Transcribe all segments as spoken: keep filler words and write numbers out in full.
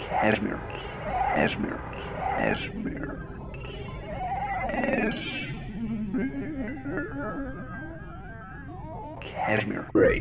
Cashmere. Cashmere. Cashmere. Cashmere. Cashmere. Great.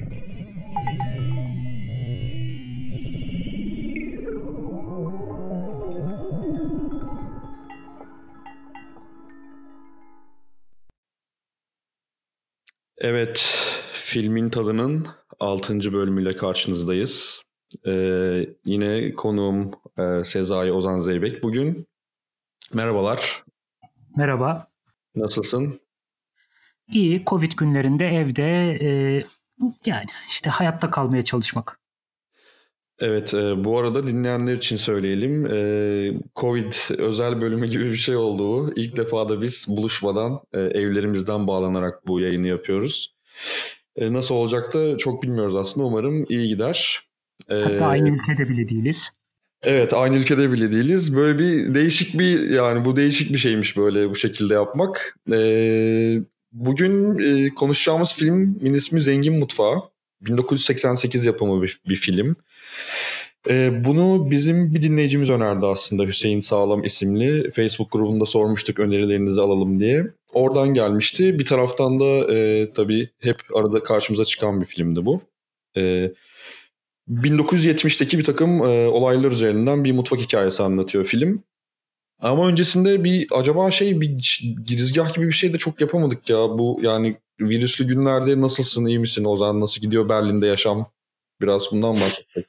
Evet, filmin tadının altıncı bölümüyle karşınızdayız. Ee, yine konuğum e, Sezai Ozan Zeybek bugün. Merhabalar. Merhaba. Nasılsın? İyi, Covid günlerinde evde e, yani işte hayatta kalmaya çalışmak. Evet, e, bu arada dinleyenler için söyleyelim. E, Covid özel bölümü gibi bir şey oldu. İlk defa da biz buluşmadan e, evlerimizden bağlanarak bu yayını yapıyoruz. E, nasıl olacak da çok bilmiyoruz aslında. Umarım iyi gider. E, Hatta aynı ülkede bile değiliz. Evet, aynı ülkede bile değiliz. Böyle bir değişik bir yani bu değişik bir şeymiş böyle bu şekilde yapmak. E, bugün e, konuşacağımız filmin ismi Zengin Mutfağı. bin dokuz yüz seksen sekiz yapımı bir, bir film. Ee, bunu bizim bir dinleyicimiz önerdi aslında, Hüseyin Sağlam isimli. Facebook grubunda sormuştuk önerilerinizi alalım diye. Oradan gelmişti. Bir taraftan da e, tabii hep arada karşımıza çıkan bir filmdi bu. E, bin dokuz yüz yetmişteki bir takım e, olaylar üzerinden bir mutfak hikayesi anlatıyor film. Ama öncesinde bir acaba şey bir girizgah gibi bir şey de çok yapamadık ya. Bu yani virüslü günlerde nasılsın, iyi misin Ozan? Nasıl gidiyor Berlin'de yaşam? Biraz bundan bahsetmek.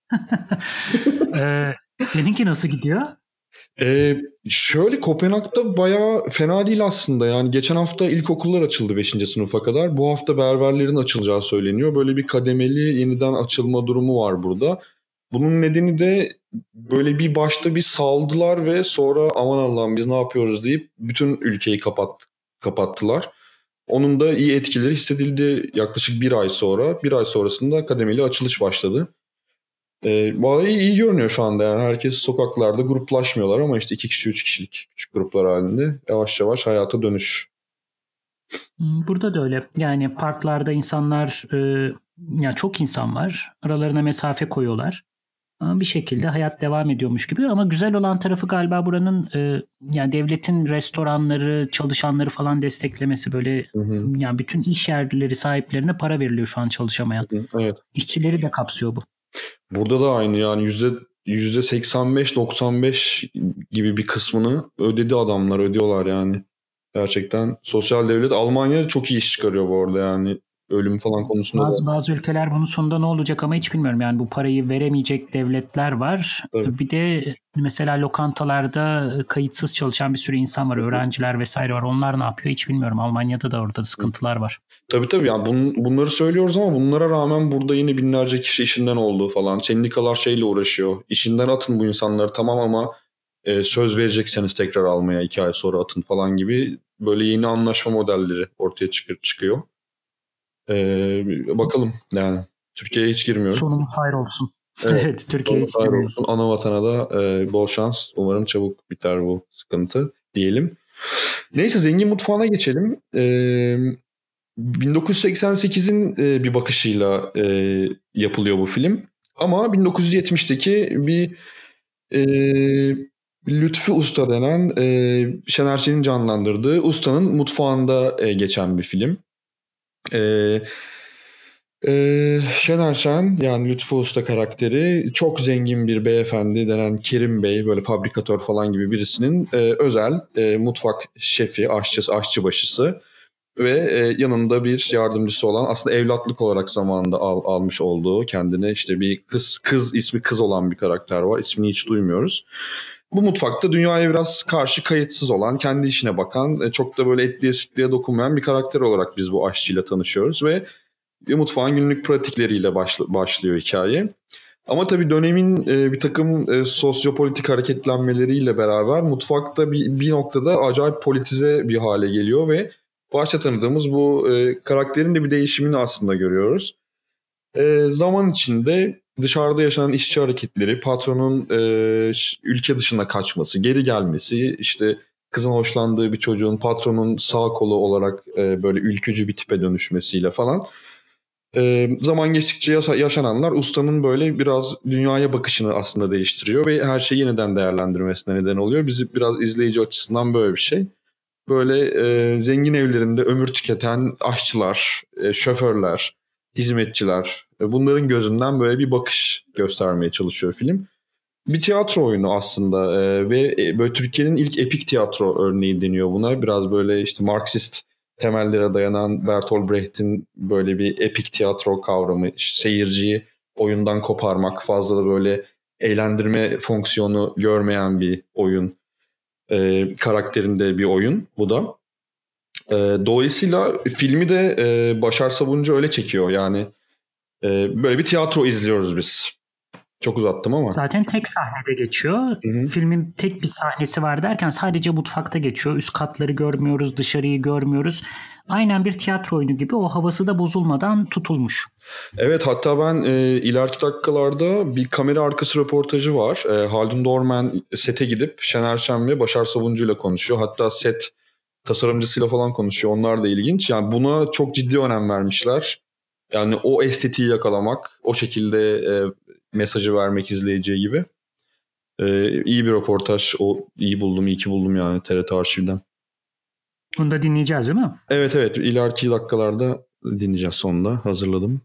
ee, seninki nasıl gidiyor? Ee, şöyle Kopenhag'da bayağı fena değil aslında. Yani geçen hafta ilkokullar açıldı beşinci sınıfa kadar. Bu hafta berberlerin açılacağı söyleniyor. Böyle bir kademeli yeniden açılma durumu var burada. Bunun nedeni de böyle bir başta bir saldılar ve sonra aman Allah'ım biz ne yapıyoruz deyip bütün ülkeyi kapat, kapattılar. Onun da iyi etkileri hissedildi yaklaşık bir ay sonra. Bir ay sonrasında kademeli açılış başladı. E, vallahi iyi görünüyor şu anda yani. Herkes sokaklarda gruplaşmıyorlar ama işte iki kişi, üç kişilik küçük gruplar halinde yavaş yavaş hayata dönüş. Burada da öyle. Yani parklarda insanlar, e, yani çok insan var. Aralarına mesafe koyuyorlar. Ama bir şekilde hayat devam ediyormuş gibi. Ama güzel olan tarafı galiba buranın e, yani devletin restoranları, çalışanları falan desteklemesi, böyle Hı hı. yani bütün iş yerleri sahiplerine para veriliyor şu an çalışamayan. Hı hı, evet. İşçileri de kapsıyor bu. Burada da aynı yani yüzde yüzde seksen beş doksan beş gibi bir kısmını ödedi adamlar, ödüyorlar yani. Gerçekten sosyal devlet. Almanya çok iyi iş çıkarıyor bu arada yani. Ölüm falan konusunda Bazı da. bazı ülkeler bunun sonunda ne olacak ama hiç bilmiyorum. Yani bu parayı veremeyecek devletler var. Evet. Bir de mesela lokantalarda kayıtsız çalışan bir sürü insan var. Öğrenciler vesaire var. Onlar ne yapıyor hiç bilmiyorum. Almanya'da da orada sıkıntılar var. Tabii tabii yani bun, bunları söylüyoruz ama bunlara rağmen burada yine binlerce kişi işinden olduğu falan. Sendikalar şeyle uğraşıyor. İşinden atın bu insanları tamam ama e, söz verecekseniz tekrar almaya iki ay sonra atın falan gibi böyle yeni anlaşma modelleri ortaya çık- çıkıyor. E, bakalım yani Türkiye'ye hiç girmiyoruz. Sonumuz hayır olsun. Evet, Evet, Türkiye'ye hiç hayır girmiyoruz. olsun. Ana vatana da e, bol şans. Umarım çabuk biter bu sıkıntı diyelim. Neyse Zengin Mutfağı'na geçelim. Eee bin dokuz yüz seksen sekizin e, bir bakışıyla e, yapılıyor bu film. Ama bin dokuz yüz yetmişteki bir e, Lütfü Usta denen e, Şener Şen'in canlandırdığı ustanın mutfağında e, geçen bir film. E, e, Şener Şen yani Lütfü Usta karakteri çok zengin bir beyefendi denen Kerim Bey, böyle fabrikatör falan gibi birisinin e, özel e, mutfak şefi, aşçısı, aşçıbaşısı. Ve e, yanında bir yardımcısı olan, aslında evlatlık olarak zamanında al, almış olduğu kendine işte bir kız kız ismi kız olan bir karakter var. İsmini hiç duymuyoruz. Bu mutfakta dünyaya biraz karşı kayıtsız olan, kendi işine bakan, e, çok da böyle etliye sütlüye dokunmayan bir karakter olarak biz bu aşçıyla tanışıyoruz ve bir mutfağın günlük pratikleriyle başla, başlıyor hikaye. Ama tabii dönemin e, bir takım e, sosyopolitik hareketlenmeleriyle beraber mutfakta bir, bir noktada acayip politize bir hale geliyor ve başta tanıdığımız bu e, karakterin de bir değişimini aslında görüyoruz. E, zaman içinde dışarıda yaşanan işçi hareketleri, patronun e, ülke dışına kaçması, geri gelmesi, işte kızın hoşlandığı bir çocuğun patronun sağ kolu olarak e, böyle ülkücü bir tipe dönüşmesiyle falan Ee, zaman geçtikçe yaşa- yaşananlar ustanın böyle biraz dünyaya bakışını aslında değiştiriyor ve her şeyi yeniden değerlendirmesine neden oluyor. Bizi biraz izleyici açısından böyle bir şey. Böyle e, zengin evlerinde ömür tüketen aşçılar, e, şoförler, hizmetçiler, e, bunların gözünden böyle bir bakış göstermeye çalışıyor film. Bir tiyatro oyunu aslında e, ve e, böyle Türkiye'nin ilk epik tiyatro örneği deniyor buna. Biraz böyle işte Marksist temellere dayanan Bertolt Brecht'in böyle bir epik tiyatro kavramı, işte seyirciyi oyundan koparmak, fazla da böyle eğlendirme fonksiyonu görmeyen bir oyun e, karakterinde bir oyun bu da. E, dolayısıyla filmi de e, Başar Sabuncu öyle çekiyor yani e, böyle bir tiyatro izliyoruz biz. Çok uzattım ama. Zaten tek sahnede geçiyor. Hı hı. Filmin tek bir sahnesi var derken sadece mutfakta geçiyor. Üst katları görmüyoruz, dışarıyı görmüyoruz. Aynen bir tiyatro oyunu gibi o havası da bozulmadan tutulmuş. Evet, hatta ben e, ileriki dakikalarda bir kamera arkası röportajı var. E, Haldun Dorman sete gidip Şener Şen ve Başar Sabuncu ile konuşuyor. Hatta set tasarımcısıyla falan konuşuyor. Onlar da ilginç. Yani buna çok ciddi önem vermişler. Yani o estetiği yakalamak, o şekilde e, mesajı vermek izleyiciye gibi. E, iyi bir röportaj. O iyi buldum, iyi ki buldum yani T R T Arşiv'den. Bunu da dinleyeceğiz değil mi? Evet evet, ileriki dakikalarda dinleyeceğiz sonunda. Hazırladım.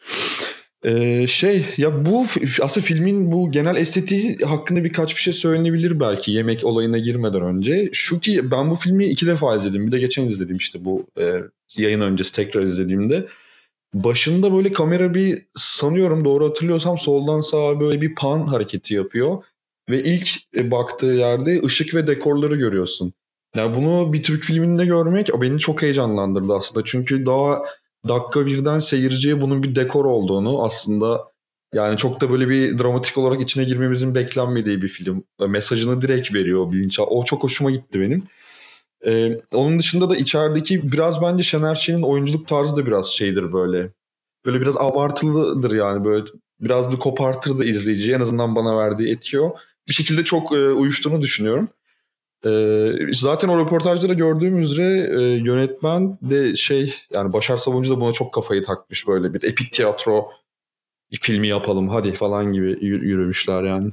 Ee, şey ya bu aslında filmin bu genel estetiği hakkında birkaç bir şey söylenebilir belki yemek olayına girmeden önce. Şu ki ben bu filmi iki defa izledim. Bir de geçen izledim işte bu e, yayın öncesi tekrar izlediğimde. Başında böyle kamera bir sanıyorum doğru hatırlıyorsam soldan sağa böyle bir pan hareketi yapıyor. Ve ilk e, baktığı yerde ışık ve dekorları görüyorsun. Yani bunu bir Türk filminde görmek beni çok heyecanlandırdı aslında. Çünkü daha dakika birden seyirciye bunun bir dekor olduğunu aslında yani çok da böyle bir dramatik olarak içine girmemizin beklenmediği bir film. Mesajını direkt veriyor bilinçaltı. O çok hoşuma gitti benim. Ee, onun dışında da içerideki biraz bence Şener Şen'in oyunculuk tarzı da biraz şeydir böyle. Böyle biraz abartılıdır yani böyle biraz da kopartır da izleyiciyi en azından bana verdiği etkiyo. Bir şekilde çok e, uyuştuğunu düşünüyorum. Ee, zaten o röportajda da gördüğüm üzere e, yönetmen de şey yani Başar Sabuncu da buna çok kafayı takmış böyle bir epik tiyatro filmi yapalım hadi falan gibi yürü- yürümüşler yani.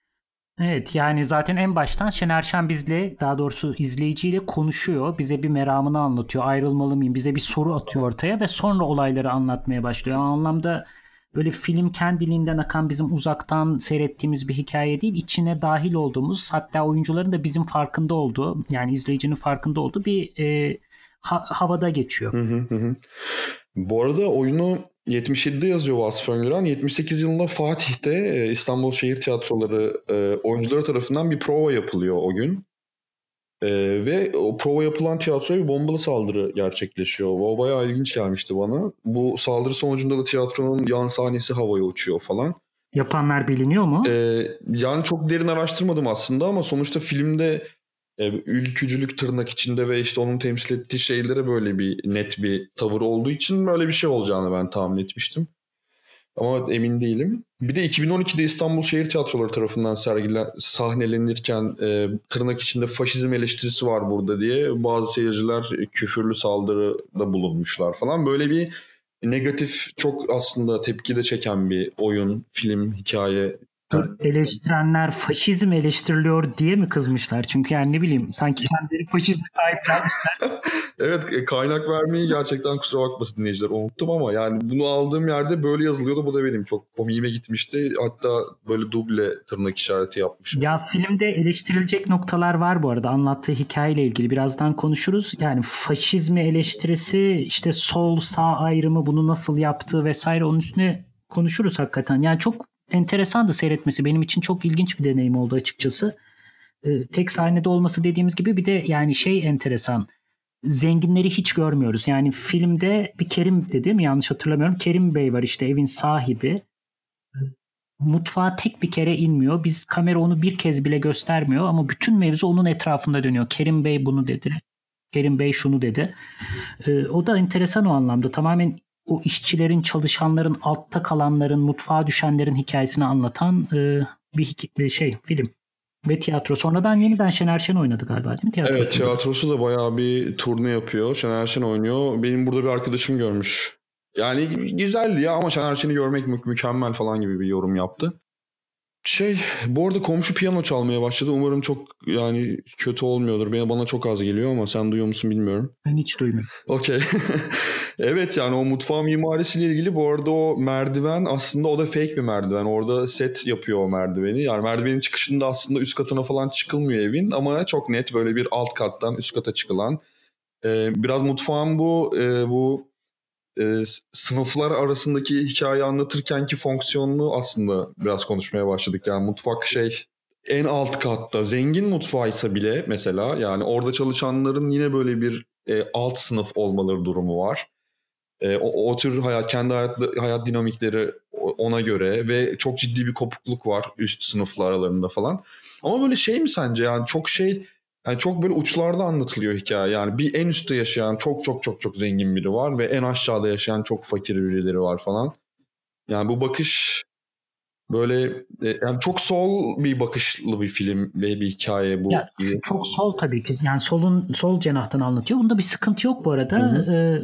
Evet, yani zaten en baştan Şener Şen bizle, daha doğrusu izleyiciyle konuşuyor. Bize bir meramını anlatıyor. Ayrılmalı mıyım? Bize bir soru atıyor ortaya ve sonra olayları anlatmaya başlıyor. O anlamda böyle film kendiliğinden akan bizim uzaktan seyrettiğimiz bir hikaye değil. İçine dahil olduğumuz, hatta oyuncuların da bizim farkında olduğu, yani izleyicinin farkında olduğu bir e, ha- havada geçiyor. Hı hı hı. Bu arada oyunu yetmiş yedide yazıyor Vasfi Öngören. yetmiş sekiz yılında Fatih'te e, İstanbul Şehir Tiyatroları e, oyuncuları tarafından bir prova yapılıyor o gün. E, ve o prova yapılan tiyatroya bir bombalı saldırı gerçekleşiyor. O bayağı ilginç gelmişti bana. Bu saldırı sonucunda da tiyatronun yan sahnesi havaya uçuyor falan. Yapanlar biliniyor mu? E, yani çok derin araştırmadım aslında ama sonuçta filmde e, ülkücülük tırnak içinde ve işte onun temsil ettiği şeylere böyle bir net bir tavır olduğu için böyle bir şey olacağını ben tahmin etmiştim. Ama emin değilim. Bir de iki bin on ikide İstanbul Şehir Tiyatroları tarafından sergilen, sahnelenirken e, tırnak içinde faşizm eleştirisi var burada diye bazı seyirciler küfürlü saldırıda bulunmuşlar falan. Böyle bir negatif, çok aslında tepki de çeken bir oyun, film, hikaye. Eleştirenler faşizm eleştiriliyor diye mi kızmışlar? Çünkü yani ne bileyim sanki kendileri faşizmi sahiplenmişler. Evet, kaynak vermeyi gerçekten kusura bakmasın dinleyiciler unuttum ama yani bunu aldığım yerde böyle yazılıyordu. Bu da benim çok komiğime gitmişti. Hatta böyle duble tırnak işareti yapmışım. Ya filmde eleştirilecek noktalar var bu arada. Anlattığı hikayeyle ilgili birazdan konuşuruz. Yani faşizmi eleştirisi, işte sol sağ ayrımı, bunu nasıl yaptığı vesaire, onun üstüne konuşuruz hakikaten. Yani çok enteresandı seyretmesi. Benim için çok ilginç bir deneyim oldu açıkçası. Ee, tek sahnede olması dediğimiz gibi, bir de yani şey enteresan. Zenginleri hiç görmüyoruz. Yani filmde bir Kerim dedim, yanlış hatırlamıyorum. Kerim Bey var, işte evin sahibi. Mutfağa tek bir kere inmiyor. Biz kamera onu bir kez bile göstermiyor ama bütün mevzu onun etrafında dönüyor. Kerim Bey bunu dedi. Kerim Bey şunu dedi. Ee, o da enteresan o anlamda. Tamamen o işçilerin, çalışanların, altta kalanların, mutfağa düşenlerin hikayesini anlatan e, bir, hik- bir şey, film ve tiyatro. Sonradan yeniden Şener Şen oynadı galiba, değil mi? Tiyatrosunda. Evet, tiyatrosu da bayağı bir turne yapıyor. Şener Şen oynuyor. Benim burada bir arkadaşım görmüş Yani güzeldi ya ama Şener Şen'i görmek mü- mükemmel falan gibi bir yorum yaptı. Şey, bu arada komşu piyano çalmaya başladı. Umarım çok yani kötü olmuyordur. Bana, bana çok az geliyor ama sen duyuyor musun bilmiyorum. Ben hiç duymuyorum. Okey. Evet yani o mutfağın mimarisiyle ilgili bu arada o merdiven aslında o da fake bir merdiven. Orada set yapıyor o merdiveni. Yani merdivenin çıkışında aslında üst katına falan çıkılmıyor evin ama çok net böyle bir alt kattan üst kata çıkılan. Ee, biraz mutfağın bu e, bu e, sınıflar arasındaki hikaye anlatırkenki fonksiyonunu aslında biraz konuşmaya başladık. Yani mutfak şey en alt katta zengin mutfağıysa bile mesela yani orada çalışanların yine böyle bir e, alt sınıf olmaları durumu var. E, o, o tür hayat kendi hayat, hayat dinamikleri ona göre ve çok ciddi bir kopukluk var üst sınıflar aralarında falan. Ama böyle şey mi sence yani çok şey yani çok böyle uçlarda anlatılıyor hikaye. Yani bir en üstte yaşayan çok çok çok çok zengin biri var ve en aşağıda yaşayan çok fakir birileri var falan. Yani bu bakış böyle e, yani çok sol bir bakışlı bir film ve bir hikaye bu. Ya çok sol tabii ki. Yani solun sol cenahtan anlatıyor. Bunda bir sıkıntı yok bu arada. Hı hı. Ee,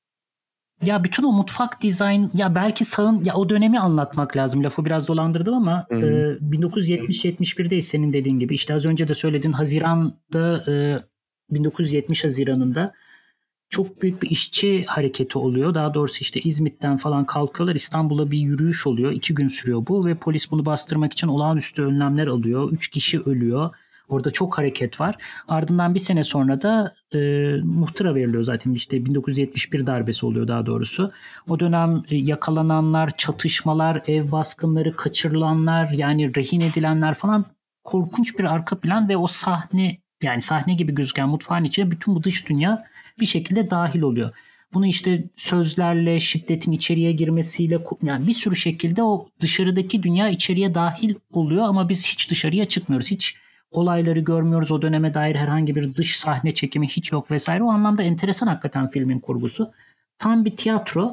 ya bütün o mutfak dizayn ya belki sağın ya o dönemi anlatmak lazım. Lafı biraz dolandırdım ama Hı hı. e, bin dokuz yüz yetmiş yetmiş bir'deyiz senin dediğin gibi. İşte az önce de söyledin Haziran'da e, bin dokuz yüz yetmiş Haziran'ında çok büyük bir işçi hareketi oluyor. Daha doğrusu işte İzmit'ten falan kalkıyorlar. İstanbul'a bir yürüyüş oluyor. İki gün sürüyor bu ve polis bunu bastırmak için olağanüstü önlemler alıyor. Üç kişi ölüyor. Orada çok hareket var. Ardından bir sene sonra da e, muhtıra veriliyor zaten. İşte bin dokuz yüz yetmiş bir darbesi oluyor daha doğrusu. O dönem e, yakalananlar, çatışmalar, ev baskınları, kaçırılanlar yani rehin edilenler falan korkunç bir arka plan ve o sahne yani sahne gibi gözüken mutfağın içine bütün bu dış dünya bir şekilde dahil oluyor. Bunu işte sözlerle, şiddetin içeriye girmesiyle yani bir sürü şekilde o dışarıdaki dünya içeriye dahil oluyor ama biz hiç dışarıya çıkmıyoruz. Hiç olayları görmüyoruz. O döneme dair herhangi bir dış sahne çekimi hiç yok vesaire. O anlamda enteresan hakikaten filmin kurgusu. Tam bir tiyatro.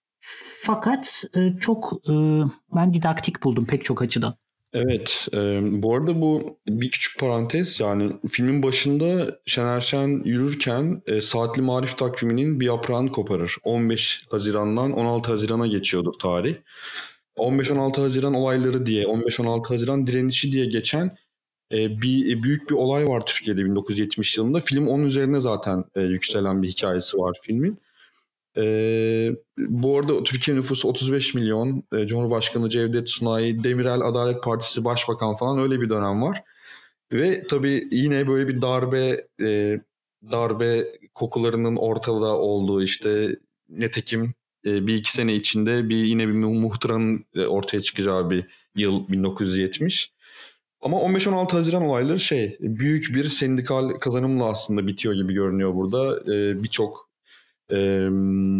Fakat çok ben didaktik buldum pek çok açıdan. Evet, e, bu arada bu bir küçük parantez yani filmin başında Şener Şen yürürken e, Saatli Marif takviminin bir yaprağını koparır. on beş Haziran'dan on altı Haziran'a geçiyordu tarih. on beş on altı Haziran olayları diye, on beş on altı Haziran direnişi diye geçen e, bir büyük bir olay var Türkiye'de bin dokuz yüz yetmiş yılında. Film onun üzerine zaten e, yükselen bir hikayesi var filmin. Ee, bu arada Türkiye nüfusu otuz beş milyon. Ee, Cumhurbaşkanı Cevdet Sunay, Demirel Adalet Partisi Başbakan falan öyle bir dönem var. Ve tabii yine böyle bir darbe e, darbe kokularının ortada olduğu işte netekim e, bir iki sene içinde bir yine bir muhtıranın ortaya çıkacağı bir yıl bin dokuz yüz yetmiş. Ama on beş on altı Haziran olayları şey büyük bir sendikal kazanımla aslında bitiyor gibi görünüyor burada. Ee, birçok Ee,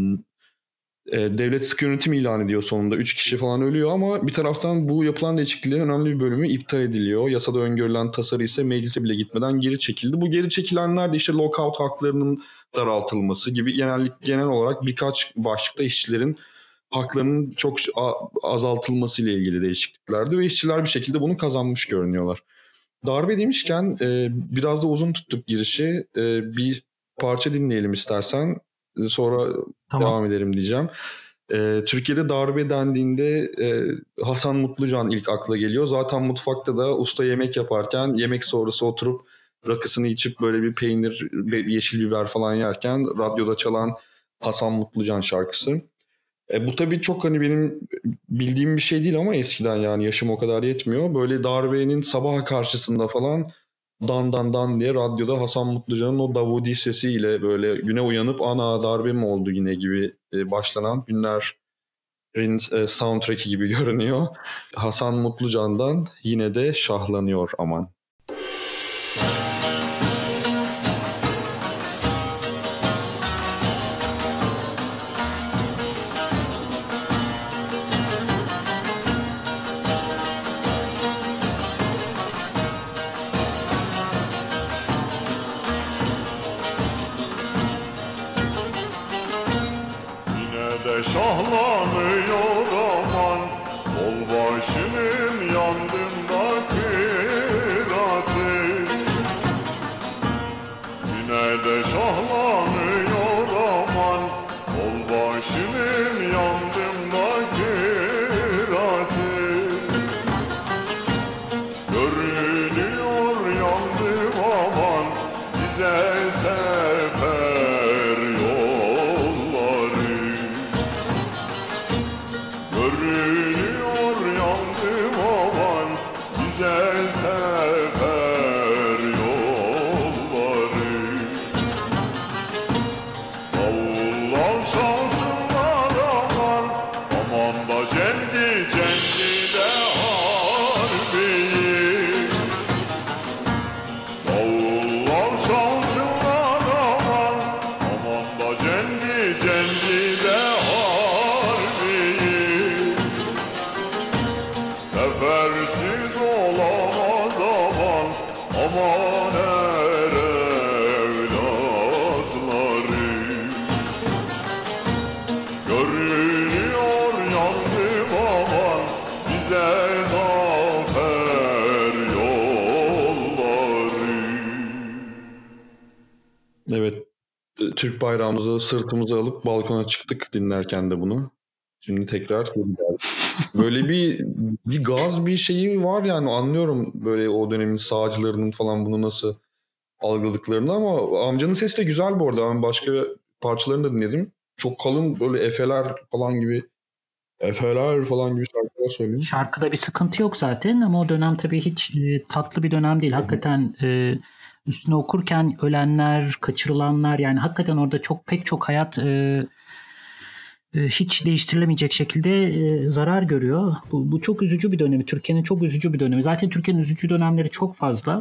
e, devlet sıkı yönetim ilan ediyor sonunda. Üç kişi falan ölüyor ama bir taraftan bu yapılan değişikliklerin önemli bir bölümü iptal ediliyor. Yasada öngörülen tasarı ise meclise bile gitmeden geri çekildi. Bu geri çekilenler de işte lockout haklarının daraltılması gibi genel, genel olarak birkaç başlıkta işçilerin haklarının çok azaltılması ile ilgili değişikliklerdi ve işçiler bir şekilde bunu kazanmış görünüyorlar. Darbe demişken e, biraz da uzun tuttuk girişi. E, bir parça dinleyelim istersen. Sonra tamam. Devam edelim diyeceğim. Ee, Türkiye'de darbe dendiğinde e, Hasan Mutlucan ilk akla geliyor. Zaten mutfakta da usta yemek yaparken yemek sonrası oturup rakısını içip böyle bir peynir, yeşil biber falan yerken radyoda çalan Hasan Mutlucan şarkısı. E, bu tabii çok hani benim bildiğim bir şey değil ama eskiden yani yaşım o kadar yetmiyor. Böyle darbenin sabaha karşısında falan dan dan dan diye radyoda Hasan Mutlucan'ın o davudi sesiyle böyle güne uyanıp ana darbe mi oldu yine gibi başlanan günlerin soundtrack'i gibi görünüyor. Hasan Mutlucan'dan yine de şahlanıyor aman. Şahlanıyor aman, ol başının yandığındaki ratı. Yine de şahlanıyor aman, ol başının Görünüyor yandım aman bize sefer yolları. Görünüyor yandım aman bize sefer yolları. Davullar çalsınlar aman, aman da cendi cendi de harbiyi. Davullar çalsınlar aman, aman da cendi cendi de harbiyi. Sefersiz olamaz aman, aman er evlatları. Görünüyor yandım aman bize zafer yolları. Evet, Türk bayrağımızı sırtımıza alıp balkona çıktık dinlerken de bunu. Şimdi tekrar geri geldik. Böyle bir bir gaz bir şeyi var yani, anlıyorum böyle o dönemin sağcılarının falan bunu nasıl algıladıklarını, ama amcanın sesi de güzel bu arada. Ben başka parçalarını da dinledim. Çok kalın böyle efeler falan gibi efeler falan gibi şarkılar söylüyor. Şarkıda bir sıkıntı yok zaten ama o dönem tabii hiç e, tatlı bir dönem değil. Hakikaten e, üstüne okurken ölenler, kaçırılanlar, yani hakikaten orada çok pek çok hayat e, e, hiç değiştirilemeyecek şekilde e, zarar görüyor. Bu, bu çok üzücü bir dönemi. Türkiye'nin çok üzücü bir dönemi. Zaten Türkiye'nin üzücü dönemleri çok fazla.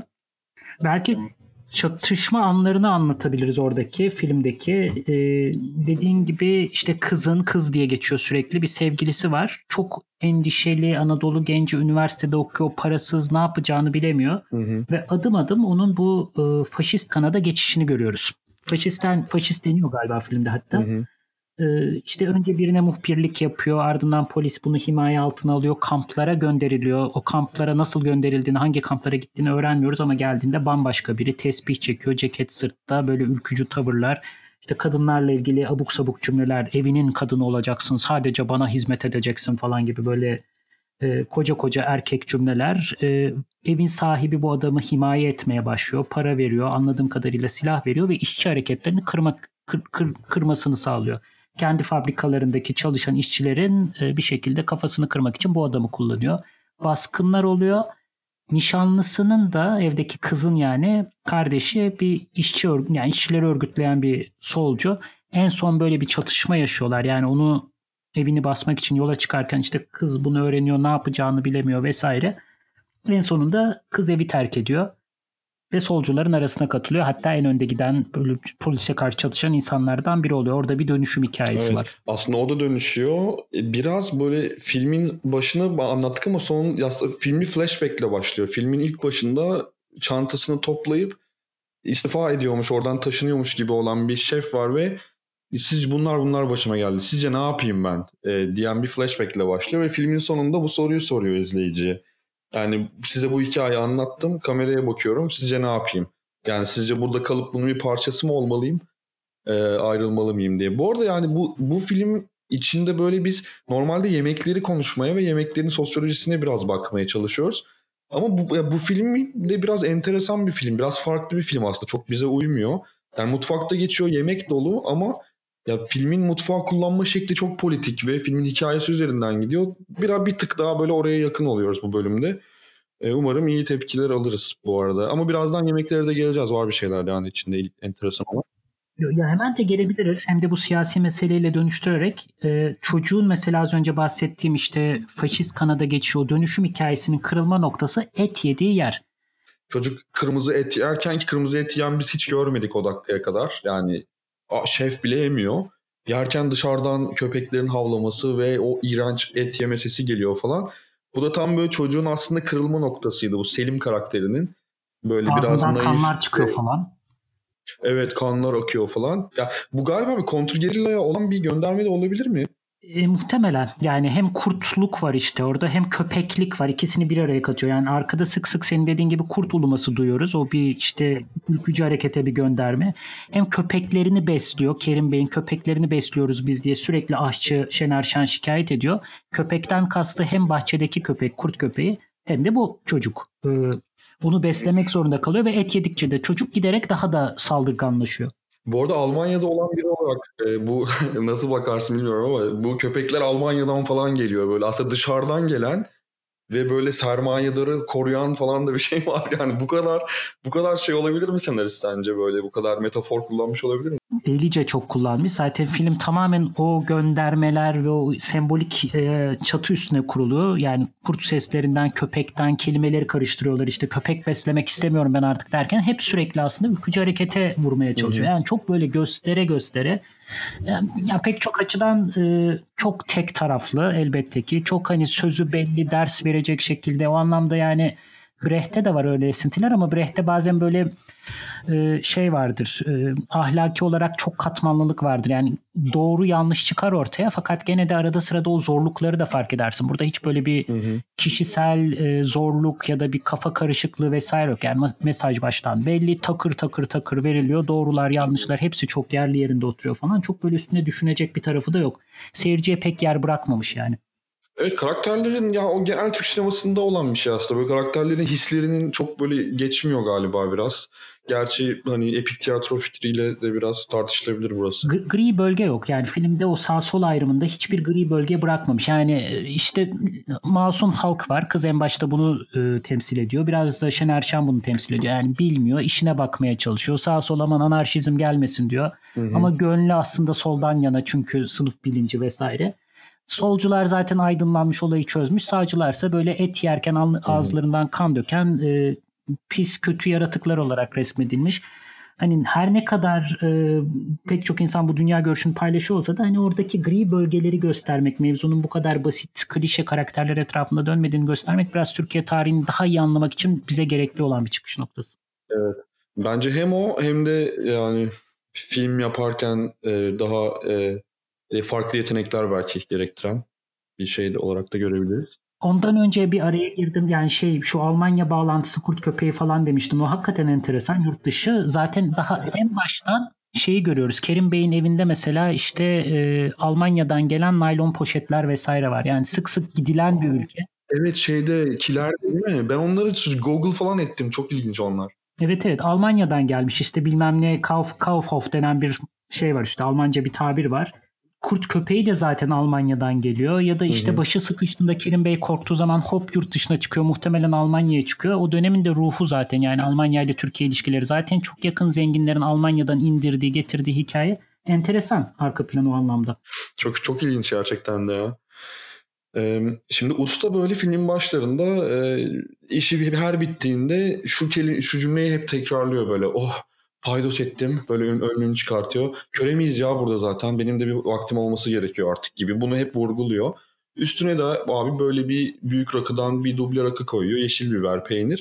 Belki çatışma anlarını anlatabiliriz oradaki filmdeki. Ee, dediğin gibi işte kızın, kız diye geçiyor sürekli, bir sevgilisi var. Çok endişeli, Anadolu genci, üniversitede okuyor, parasız, ne yapacağını bilemiyor. Hı hı. Ve adım adım onun bu e, faşist kanada geçişini görüyoruz. Faşisten, faşist deniyor galiba filmde hatta. Hı hı. Ee, işte önce birine muhbirlik yapıyor, ardından polis bunu himaye altına alıyor, kamplara gönderiliyor. O kamplara nasıl gönderildiğini, hangi kamplara gittiğini öğrenmiyoruz ama geldiğinde bambaşka biri, tesbih çekiyor, ceket sırtta, böyle ülkücü tavırlar, işte kadınlarla ilgili abuk sabuk cümleler, evinin kadını olacaksın, sadece bana hizmet edeceksin falan gibi böyle e, koca koca erkek cümleler. E, evin sahibi bu adamı himaye etmeye başlıyor, para veriyor, anladığım kadarıyla silah veriyor ve işçi hareketlerini kırmak, kır, kır, kırmasını sağlıyor. Kendi fabrikalarındaki çalışan işçilerin bir şekilde kafasını kırmak için bu adamı kullanıyor. Baskınlar oluyor. Nişanlısının da, evdeki kızın yani kardeşi, bir işçi örgü, yani işçileri örgütleyen bir solcu. En son böyle bir çatışma yaşıyorlar. Yani onu, evini basmak için yola çıkarken işte kız bunu öğreniyor, ne yapacağını bilemiyor vesaire. En sonunda kız evi terk ediyor ve solcuların arasına katılıyor. Hatta en önde giden, böyle polise karşı çalışan insanlardan biri oluyor. Orada bir dönüşüm hikayesi Evet, var. aslında o da dönüşüyor. Biraz böyle filmin başını anlattık ama son aslında filmi flashback ile başlıyor. Filmin ilk başında çantasını toplayıp istifa ediyormuş, oradan taşınıyormuş gibi olan bir şef var ve siz bunlar bunlar başıma geldi, sizce ne yapayım ben e, diyen bir flashback ile başlıyor ve filmin sonunda bu soruyu soruyor izleyiciye. Yani size bu hikayeyi anlattım, kameraya bakıyorum, sizce ne yapayım? Yani sizce burada kalıp bunun bir parçası mı olmalıyım, e, ayrılmalı mıyım diye. Bu arada yani bu bu film içinde böyle biz normalde yemekleri konuşmaya ve yemeklerin sosyolojisine biraz bakmaya çalışıyoruz. Ama bu, bu film de biraz enteresan bir film, biraz farklı bir film aslında, çok bize uymuyor. Yani mutfakta geçiyor, yemek dolu ama ya filmin mutfağı kullanma şekli çok politik ve filmin hikayesi üzerinden gidiyor. Biraz bir tık daha böyle oraya yakın oluyoruz bu bölümde. E, umarım iyi tepkiler alırız bu arada. Ama birazdan yemeklere de geleceğiz. Var bir şeyler yani içinde enteresan olan. Ya hemen de gelebiliriz. Hem de bu siyasi meseleyle dönüştürerek e, çocuğun mesela az önce bahsettiğim işte faşist kanada geçiyor dönüşüm hikayesinin kırılma noktası et yediği yer. Çocuk kırmızı et yerken, ki kırmızı et yiyen biz hiç görmedik o dakikaya kadar. Yani şef bile yemiyor. Yerken dışarıdan köpeklerin havlaması ve o iğrenç et yeme sesi geliyor falan. Bu da tam böyle çocuğun aslında kırılma noktasıydı, bu Selim karakterinin. Böyle Ağzından biraz naif. kanlar çıkıyor falan. Evet, kanlar akıyor falan. Ya bu galiba bir kontrgerillaya olan bir gönderme de olabilir mi? E, muhtemelen yani hem kurtluk var işte orada hem köpeklik var, ikisini bir araya katıyor. Yani arkada sık sık senin dediğin gibi kurt uluması duyuyoruz. O bir işte ülkücü harekete bir gönderme. Hem köpeklerini besliyor. Kerim Bey'in köpeklerini besliyoruz biz diye sürekli aşçı Şener Şen şikayet ediyor. Köpekten kastı hem bahçedeki köpek, kurt köpeği, hem de bu çocuk. Ee, bunu beslemek zorunda kalıyor ve et yedikçe de çocuk giderek daha da saldırganlaşıyor. Bu arada Almanya'da olan biri olarak e, bu nasıl bakarsın bilmiyorum ama bu köpekler Almanya'dan falan geliyor böyle. Aslında dışarıdan gelen ve böyle sermayedarı koruyan falan da bir şey var. Yani bu kadar bu kadar şey olabilir mi senarist sence, böyle bu kadar metafor kullanmış olabilir mi? Delice çok kullanmış. Zaten film tamamen o göndermeler ve o sembolik e, çatı üstüne kurulu. Yani kurt seslerinden, köpekten kelimeleri karıştırıyorlar. İşte köpek beslemek istemiyorum ben artık derken hep sürekli aslında ülkücü harekete vurmaya çalışıyor. Hı hı. Yani çok böyle göstere göstere. Yani, yani pek çok açıdan e, çok tek taraflı elbette ki. Çok hani sözü belli, ders verecek şekilde. O anlamda yani Brecht'te de var öyle esintiler ama Brecht'te bazen böyle e, şey vardır. E, ahlaki olarak çok katmanlılık vardır. Yani doğru yanlış çıkar ortaya fakat gene de arada sırada o zorlukları da fark edersin. Burada hiç böyle bir hı hı. kişisel e, zorluk ya da bir kafa karışıklığı vesaire yok. Yani mesaj baştan belli, takır takır takır veriliyor. Doğrular, yanlışlar hepsi çok yerli yerinde oturuyor falan. Çok böyle üstüne düşünecek bir tarafı da yok. Seyirciye pek yer bırakmamış yani. Evet, karakterlerin ya o genel Türk sinemasında olan bir şey aslında. Böyle karakterlerin hislerinin çok böyle geçmiyor galiba biraz. Gerçi hani epik tiyatro fikriyle de biraz tartışılabilir burası. G- gri bölge yok. Yani filmde o sağ sol ayrımında hiçbir gri bölge bırakmamış. Yani işte masum halk var. Kız en başta bunu e, temsil ediyor. Biraz da Şener Şen bunu temsil ediyor. Yani bilmiyor, işine bakmaya çalışıyor. Sağ sol aman anarşizm gelmesin diyor. Hı hı. Ama gönlü aslında soldan yana çünkü sınıf bilinci vesaire. Solcular zaten aydınlanmış, olayı çözmüş. Sağcılarsa böyle et yerken ağızlarından kan döken e, pis kötü yaratıklar olarak resmedilmiş. Hani her ne kadar e, pek çok insan bu dünya görüşünü paylaşıyor olsa da hani oradaki gri bölgeleri göstermek, mevzunun bu kadar basit klişe karakterler etrafında dönmediğini göstermek biraz Türkiye tarihini daha iyi anlamak için bize gerekli olan bir çıkış noktası. Evet. Bence hem o hem de yani film yaparken e, daha e, farklı yetenekler belki gerektiren bir şey de olarak da görebiliriz. Ondan önce bir araya girdim. Yani şey şu Almanya bağlantısı kurt köpeği falan demiştim. O hakikaten enteresan. Yurt dışı zaten daha en baştan şeyi görüyoruz. Kerim Bey'in evinde mesela işte e, Almanya'dan gelen naylon poşetler vesaire var. Yani sık sık gidilen bir ülke. Evet, şeyde kiler değil mi? Ben onları Google falan ettim. Çok ilginç onlar. Evet evet, Almanya'dan gelmiş. İşte bilmem ne Kauf, Kaufhof denen bir şey var, işte Almanca bir tabir var. Kurt köpeği de zaten Almanya'dan geliyor. Ya da işte hı hı. başı sıkıştığında Kerim Bey korktuğu zaman hop yurt dışına çıkıyor. Muhtemelen Almanya'ya çıkıyor. O dönemin de ruhu zaten, yani Almanya ile Türkiye ilişkileri zaten çok yakın, zenginlerin Almanya'dan indirdiği getirdiği hikaye enteresan arka plan o anlamda. Çok çok ilginç gerçekten de ya. Ee, şimdi usta böyle filmin başlarında e, işi her bittiğinde şu kelime, şu cümleyi hep tekrarlıyor böyle. Oh, paydos ettim. Böyle ön, önlüğünü çıkartıyor. Köle miyiz ya burada zaten? Benim de bir vaktim olması gerekiyor artık gibi. Bunu hep vurguluyor. Üstüne de abi böyle bir büyük rakıdan bir duble rakı koyuyor. Yeşil biber, peynir.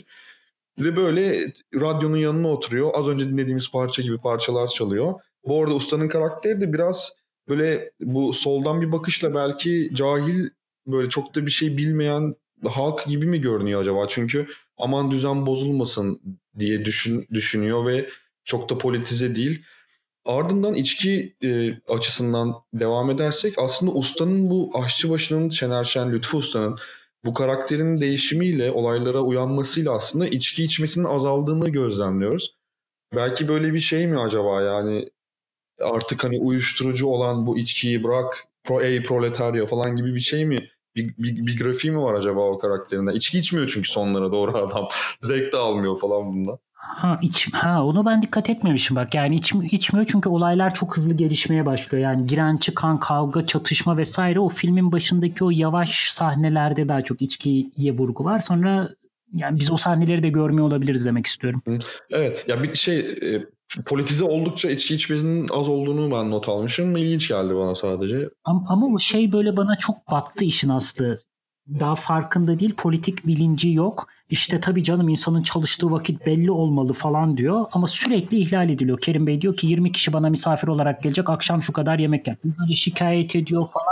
Ve böyle radyonun yanına oturuyor. Az önce dinlediğimiz parça gibi parçalar çalıyor. Bu arada ustanın karakteri de biraz böyle bu soldan bir bakışla belki cahil, böyle çok da bir şey bilmeyen halk gibi mi görünüyor acaba? Çünkü aman düzen bozulmasın diye düşün, düşünüyor ve çok da politize değil. Ardından içki e, açısından devam edersek aslında ustanın, bu aşçıbaşının Şener Şen, Lütfü Usta'nın bu karakterinin değişimiyle, olaylara uyanmasıyla aslında içki içmesinin azaldığını gözlemliyoruz. Belki böyle bir şey mi acaba, yani artık hani uyuşturucu olan bu içkiyi bırak, pro, ey proletarya falan gibi bir şey mi? Bir, bir, bir grafiği mi var acaba o karakterinden? İçki içmiyor çünkü sonlara doğru adam. Zevk de almıyor falan bundan. Ha, iç, ha onu ben dikkat etmemişim bak. Yani iç, içmiyor çünkü olaylar çok hızlı gelişmeye başlıyor. Yani giren çıkan, kavga, çatışma vesaire, o filmin başındaki o yavaş sahnelerde daha çok içkiye vurgu var. Sonra yani biz o sahneleri de görmüyor olabiliriz demek istiyorum. Evet ya, bir şey e, politize oldukça içki içmesinin az olduğunu ben not almışım. İlginç geldi bana sadece. Ama, ama o şey böyle bana çok battı işin aslı. Daha farkında değil, politik bilinci yok. İşte tabii canım, insanın çalıştığı vakit belli olmalı falan diyor ama sürekli ihlal ediliyor. Kerim Bey diyor ki yirmi kişi bana misafir olarak gelecek, akşam şu kadar yemek yap. Böyle şikayet ediyor falan.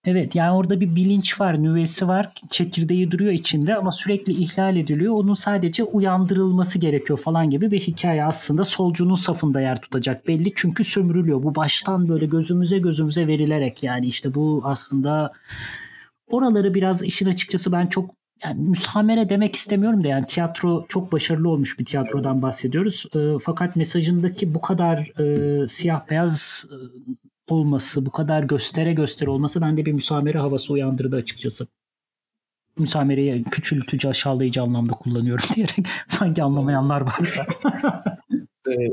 Evet, yani orada bir bilinç var, nüvesi var, çekirdeği duruyor içinde ama sürekli ihlal ediliyor. Onun sadece uyandırılması gerekiyor falan gibi bir hikaye, aslında solcunun safında yer tutacak belli çünkü sömürülüyor. Bu baştan böyle gözümüze gözümüze verilerek, yani işte bu aslında oraları biraz işin açıkçası ben çok, yani müsamere demek istemiyorum da, yani tiyatro çok başarılı olmuş bir tiyatrodan bahsediyoruz. E, fakat mesajındaki bu kadar e, siyah beyaz e, olması, bu kadar göstere göstere olması bende bir müsamere havası uyandırdı açıkçası. Müsamereyi küçültücü, aşağılayıcı anlamda kullanıyorum diyerek sanki anlamayanlar varsa. Ee,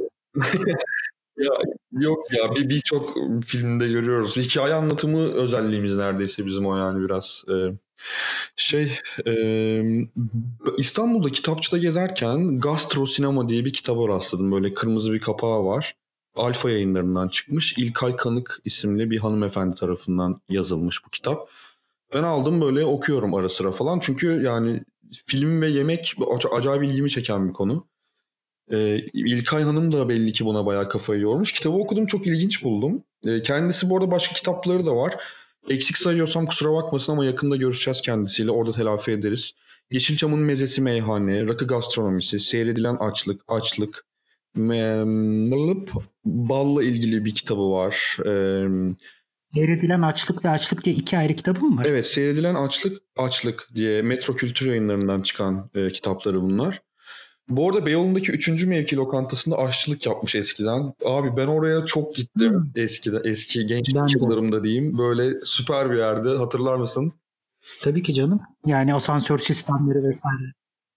ya yok ya bir birçok filmde görüyoruz. Hikaye anlatımı özelliğimiz neredeyse bizim o, yani biraz. Ee, şey e, İstanbul'da kitapçıda gezerken Gastro Sinema diye bir kitaba rastladım. Böyle kırmızı bir kapağı var. Alfa Yayınlarından çıkmış. İlkay Kanık isimli bir hanımefendi tarafından yazılmış bu kitap. Ben aldım, böyle okuyorum ara sıra falan. Çünkü yani film ve yemek ac- acayip ilgimi çeken bir konu. Ee, İlkay Hanım da belli ki buna bayağı kafayı yormuş. Kitabı okudum, çok ilginç buldum. Ee, kendisi bu arada başka kitapları da var. Eksik sayıyorsam kusura bakmasın ama yakında görüşeceğiz kendisiyle. Orada telafi ederiz. Yeşilçam'ın Mezesi Meyhane, Rakı Gastronomisi, Seyredilen Açlık, Açlık, Me- Balla ilgili bir kitabı var. Ee, Seyredilen Açlık ve Açlık diye iki ayrı kitabı mı var? evet, Seyredilen Açlık, Açlık diye Metro Kültür Yayınlarından çıkan e, kitapları bunlar. Bu arada Beyoğlu'ndaki üçüncü mevki lokantasında aşçılık yapmış eskiden. Abi ben oraya çok gittim Hmm. eskiden, eski gençlik Ben de. yıllarımda diyeyim. Böyle süper bir yerde, hatırlar mısın? Tabii ki canım. Yani asansör sistemleri vesaire.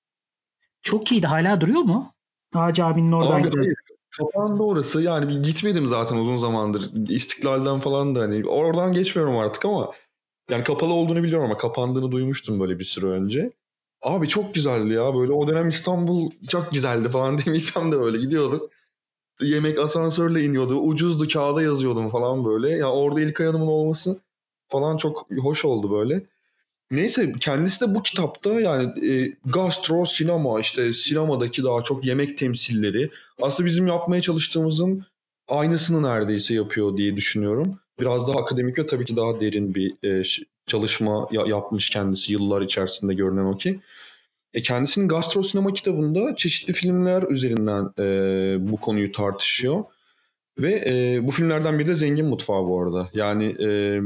Çok iyiydi. Hala duruyor mu? Ağacı abinin oradan Abi gidelim. hayır, kapandı orası. Yani bir gitmedim zaten uzun zamandır. İstiklal'den falan da hani oradan geçmiyorum artık ama yani kapalı olduğunu biliyorum ama kapandığını duymuştum böyle bir süre önce. Abi çok güzeldi ya, böyle o dönem İstanbul çok güzeldi falan demeyeceğim de böyle gidiyorduk. Yemek asansörle iniyordu. Ucuzdu, kağıda yazıyordum falan böyle. Ya orada İlkay Hanım'ın olması falan çok hoş oldu böyle. Neyse, kendisi de bu kitapta yani e, gastro sinema, işte sinemadaki daha çok yemek temsilleri aslında bizim yapmaya çalıştığımızın aynısını neredeyse yapıyor diye düşünüyorum. Biraz daha akademik ve tabii ki daha derin bir e, ş- çalışma ya- yapmış kendisi yıllar içerisinde, görünen o ki. E, kendisinin Gastro Sinema kitabında çeşitli filmler üzerinden e, bu konuyu tartışıyor. Ve e, bu filmlerden biri de Zengin Mutfağı bu arada. Yani e,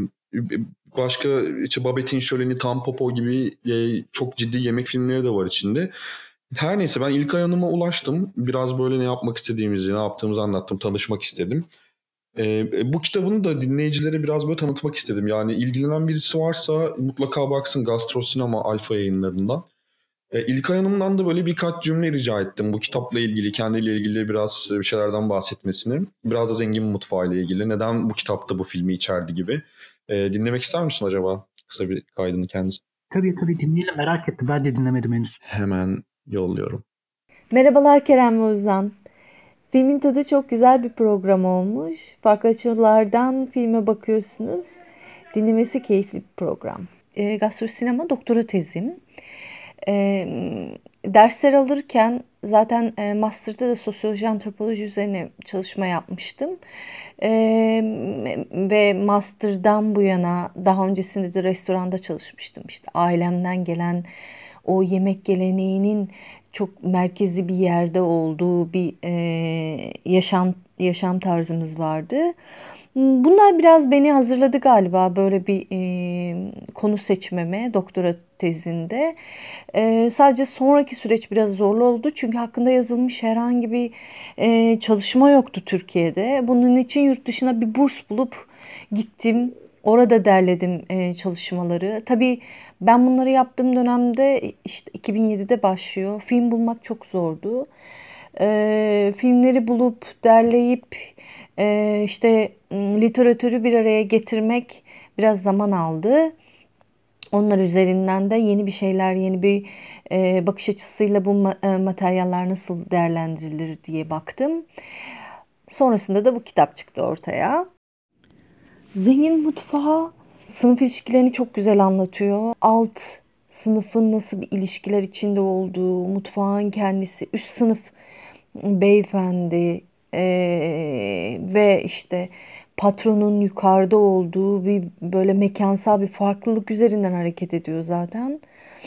başka işte Babette'in Şöleni, Tampopo gibi e, çok ciddi yemek filmleri de var içinde. Her neyse, ben İlkay Hanım'a ulaştım. Biraz böyle ne yapmak istediğimizi, ne yaptığımızı anlattım, tanışmak istedim. E, bu kitabını da dinleyicilere biraz böyle tanıtmak istedim. Yani ilgilenen birisi varsa mutlaka baksın, Gastro Sinema Alfa Yayınlarından. E, İlkay Hanım'dan da böyle birkaç cümle rica ettim. Bu kitapla ilgili, kendiyle ilgili biraz bir şeylerden bahsetmesini. Biraz da Zengin Mutfağı ile ilgili. Neden bu kitapta bu filmi içerdi gibi. E, dinlemek ister misin acaba? Kısa bir kaydını kendisi. Tabii tabii dinleyelim, merak ettim. Ben de dinlemedim henüz. Hemen yolluyorum. Merhabalar Kerem ve Ozan. Filmin tadı çok güzel bir program olmuş. Farklı açılardan filme bakıyorsunuz. Dinlemesi keyifli bir program. E, gastrosinema doktora tezim. E, dersler alırken zaten e, master'da da sosyoloji antropoloji üzerine çalışma yapmıştım. E, ve master'dan bu yana daha öncesinde de restoranda çalışmıştım. İşte ailemden gelen o yemek geleneğinin çok merkezi bir yerde olduğu bir e, yaşam yaşam tarzımız vardı. Bunlar biraz beni hazırladı galiba böyle bir e, konu seçmeme doktora tezinde. E, sadece sonraki süreç biraz zorlu oldu çünkü hakkında yazılmış herhangi bir e, çalışma yoktu Türkiye'de. Bunun için yurt dışına bir burs bulup gittim. Orada derledim e, çalışmaları. Tabii ben bunları yaptığım dönemde işte iki bin yedide başlıyor. Film bulmak çok zordu. E, filmleri bulup derleyip e, işte literatürü bir araya getirmek biraz zaman aldı. Onlar üzerinden de yeni bir şeyler, yeni bir e, bakış açısıyla bu ma- e, materyaller nasıl değerlendirilir diye baktım. Sonrasında da bu kitap çıktı ortaya. Zengin Mutfağı sınıf ilişkilerini çok güzel anlatıyor. Alt sınıfın nasıl bir ilişkiler içinde olduğu, mutfağın kendisi, üst sınıf beyefendi eee, ve işte patronun yukarıda olduğu bir böyle mekansal bir farklılık üzerinden hareket ediyor zaten.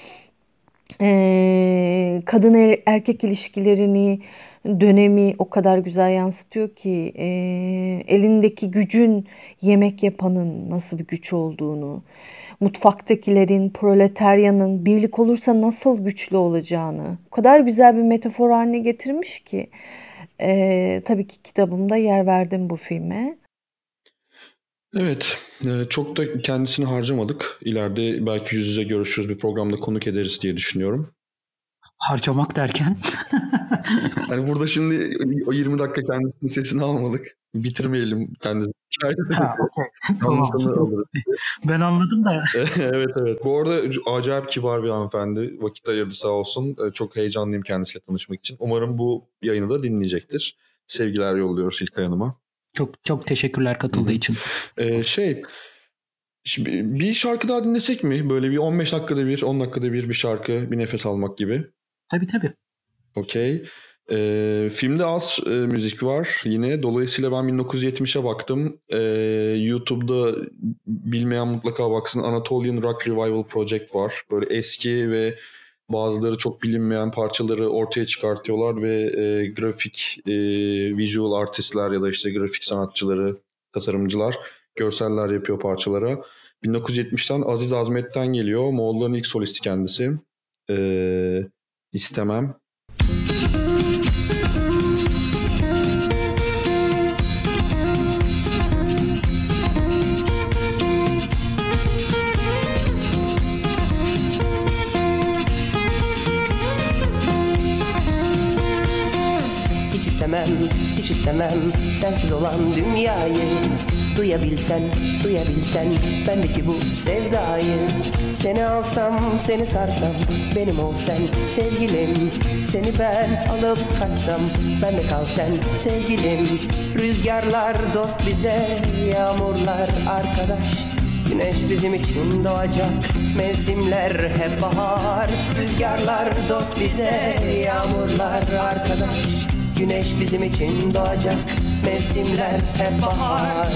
Ee, kadın er- erkek ilişkilerini, dönemi o kadar güzel yansıtıyor ki e, elindeki gücün yemek yapanın nasıl bir güç olduğunu, mutfaktakilerin, proletaryanın birlik olursa nasıl güçlü olacağını o kadar güzel bir metafor haline getirmiş ki e, tabii ki kitabımda yer verdim bu filme. Evet, e, çok da kendisini harcamadık. İleride belki yüz yüze görüşürüz, bir programda konuk ederiz diye düşünüyorum. Harcamak derken. Yani burada şimdi o yirmi dakika kendisinin sesini almadık. Bitirmeyelim kendisini. Ha, okey. Tamam. Yanlışını alırız. Ben anladım da. Evet evet. Bu arada acayip kibar bir hanımefendi. Vakit ayırdı sağ olsun. E, Çok heyecanlıyım kendisiyle tanışmak için. Umarım bu yayını da dinleyecektir. Sevgiler yolluyoruz İlkay Hanım'a. Çok çok teşekkürler katıldığı Hı hı. için. Ee, şey, şimdi bir şarkı daha dinlesek mi? Böyle bir on beş dakikada bir, on dakikada bir bir şarkı, bir nefes almak gibi. Tabii tabii. Okey. Ee, filmde az e, müzik var yine. Dolayısıyla ben bin dokuz yüz yetmişe baktım. Ee, YouTube'da bilmeyen mutlaka baksın. Anatolian Rock Revival Project var. Böyle eski ve bazıları çok bilinmeyen parçaları ortaya çıkartıyorlar ve e, grafik, e, visual artistler ya da işte grafik sanatçıları, tasarımcılar görseller yapıyor parçalara. bin dokuz yüz yetmişten Aziz Azmet'ten geliyor. Moğolların ilk solisti kendisi. Ee, istemem. Hiç istemem, hiç istemem sensiz olan dünyayı. Duyabilsen, duyabilsen bendeki bu sevdayı. Seni alsam, seni sarsam, benim ol sen sevgilim. Seni ben alıp kaçsam, bende kal sen sevgilim. Rüzgarlar dost bize, yağmurlar arkadaş. Güneş bizim için doğacak, mevsimler hep bahar. Rüzgarlar dost bize, yağmurlar arkadaş. Güneş bizim için doğacak, mevsimler hep bahar.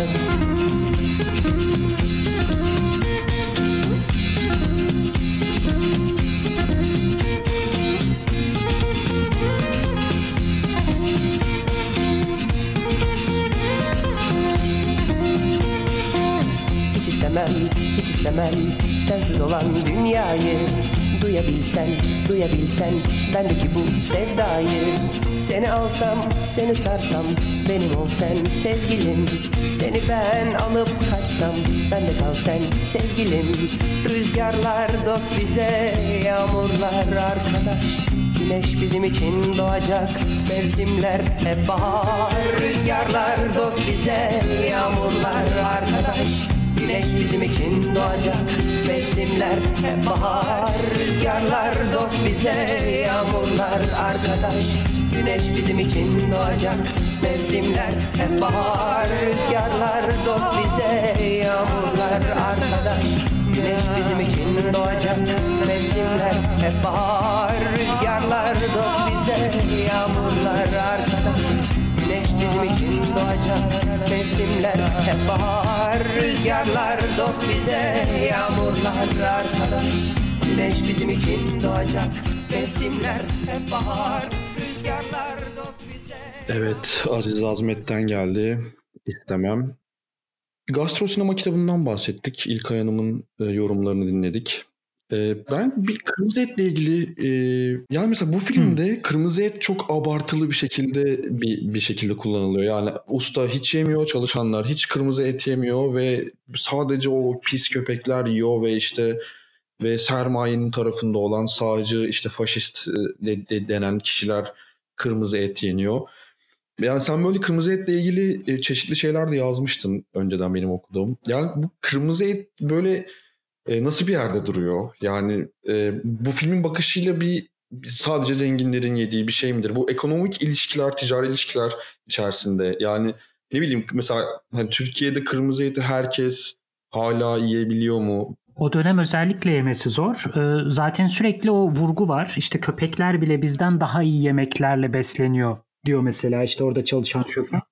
Hiç istemem, hiç istemem sensiz olan dünyayı. Duyabilsen, duyabilsen bendeki bu sevdayı. Seni alsam, seni sarsam, benim ol sen sevgilim. Seni ben alıp kaçsam, bende kal sen sevgilim. Rüzgarlar dost bize, yağmurlar arkadaş. Güneş bizim için doğacak, mevsimler hep bahar. Rüzgarlar dost bize, yağmurlar arkadaş. Güneş bizim için doğacak, mevsimler hep bahar. Rüzgarlar dost bize, yağmurlar arkadaş. Güneş bizim için doğacak, mevsimler hep bahar. Rüzgarlar dost bize, yağmurlar arkadaş. Güneş bizim için doğacak, mevsimler hep bahar. Rüzgarlar dost bize, yağmurlar arkadaş. Güneş bizim için doğacak, mevsimler hep bahar. Rüzgarlar dost bize, yağmurlar arkadaş. Güneş bizim için doğacak, mevsimler hep bahar. Rüzgarlar dost bize. Evet, Aziz Azmet'ten geldi. İstemem. Gastro Sinema kitabından bahsettik. İlkay Hanım'ın e, yorumlarını dinledik. E, ben bir kırmızı etle ilgili e, yani mesela bu filmde kırmızı et çok abartılı bir şekilde bir, bir şekilde kullanılıyor. Yani usta hiç yemiyor, çalışanlar hiç kırmızı et yemiyor ve sadece o pis köpekler yiyor ve işte ve sermayenin tarafında olan sağcı işte faşist e, de, de, denen kişiler kırmızı et yeniyor. Yani sen böyle kırmızı etle ilgili e, çeşitli şeyler de yazmıştın önceden benim okuduğum. Yani bu kırmızı et böyle e, nasıl bir yerde duruyor? Yani e, bu filmin bakışıyla bir sadece zenginlerin yediği bir şey midir? Bu ekonomik ilişkiler, ticari ilişkiler içerisinde. Yani ne bileyim mesela hani Türkiye'de kırmızı eti herkes hala yiyebiliyor mu? O dönem özellikle yemesi zor. Ee, zaten sürekli o vurgu var. İşte köpekler bile bizden daha iyi yemeklerle besleniyor diyor mesela işte orada çalışan şoför.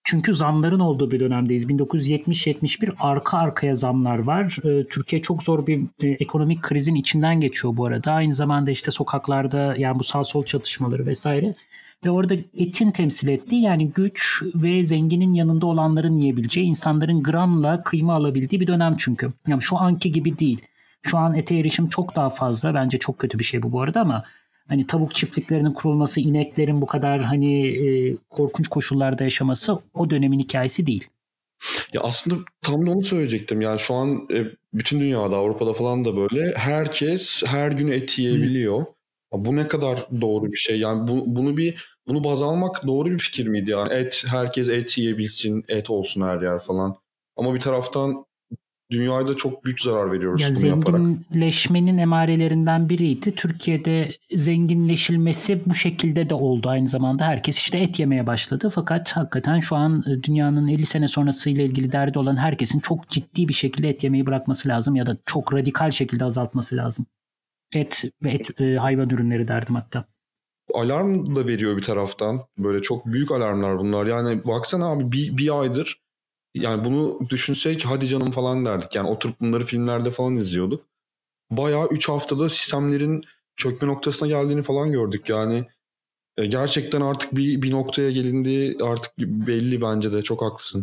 Çünkü zamların olduğu bir dönemdeyiz. bin dokuz yüz yetmiş yetmiş bir arka arkaya zamlar var. Ee, Türkiye çok zor bir e, ekonomik krizin içinden geçiyor bu arada. Aynı zamanda işte sokaklarda yani bu sağ sol çatışmaları vesaire. Ve orada etin temsil ettiği yani güç ve zenginin yanında olanların yiyebileceği, insanların gramla kıyma alabildiği bir dönem çünkü. Yani şu anki gibi değil. Şu an ete erişim çok daha fazla. Bence çok kötü bir şey bu bu arada ama hani tavuk çiftliklerinin kurulması, ineklerin bu kadar hani e, korkunç koşullarda yaşaması o dönemin hikayesi değil. Ya aslında tam da onu söyleyecektim. Yani şu an e, bütün dünyada, Avrupa'da falan da böyle herkes her gün et yiyebiliyor. Ya bu ne kadar doğru bir şey. Yani bu, bunu bir bunu baz almak doğru bir fikir miydi yani? Et, herkes et yiyebilsin, et olsun her yer falan. Ama bir taraftan dünyaya da çok büyük zarar veriyoruz Ya bunu yaparak. zenginleşmenin emarelerinden biriydi. Türkiye'de zenginleşilmesi bu şekilde de oldu. Aynı zamanda herkes işte et yemeye başladı. Fakat hakikaten şu an dünyanın elli sene sonrasıyla ilgili derdi olan herkesin çok ciddi bir şekilde et yemeyi bırakması lazım ya da çok radikal şekilde azaltması lazım. Et ve et, e, hayvan ürünleri derdim hatta. Alarm da veriyor bir taraftan. Böyle çok büyük alarmlar bunlar. Yani baksana abi bir, bir aydır yani bunu düşünsek hadi canım falan derdik. Yani oturup bunları filmlerde falan izliyorduk. Bayağı üç haftada sistemlerin çökme noktasına geldiğini falan gördük. Yani e, gerçekten artık bir, bir noktaya gelindi. Artık belli bence de. Çok haklısın.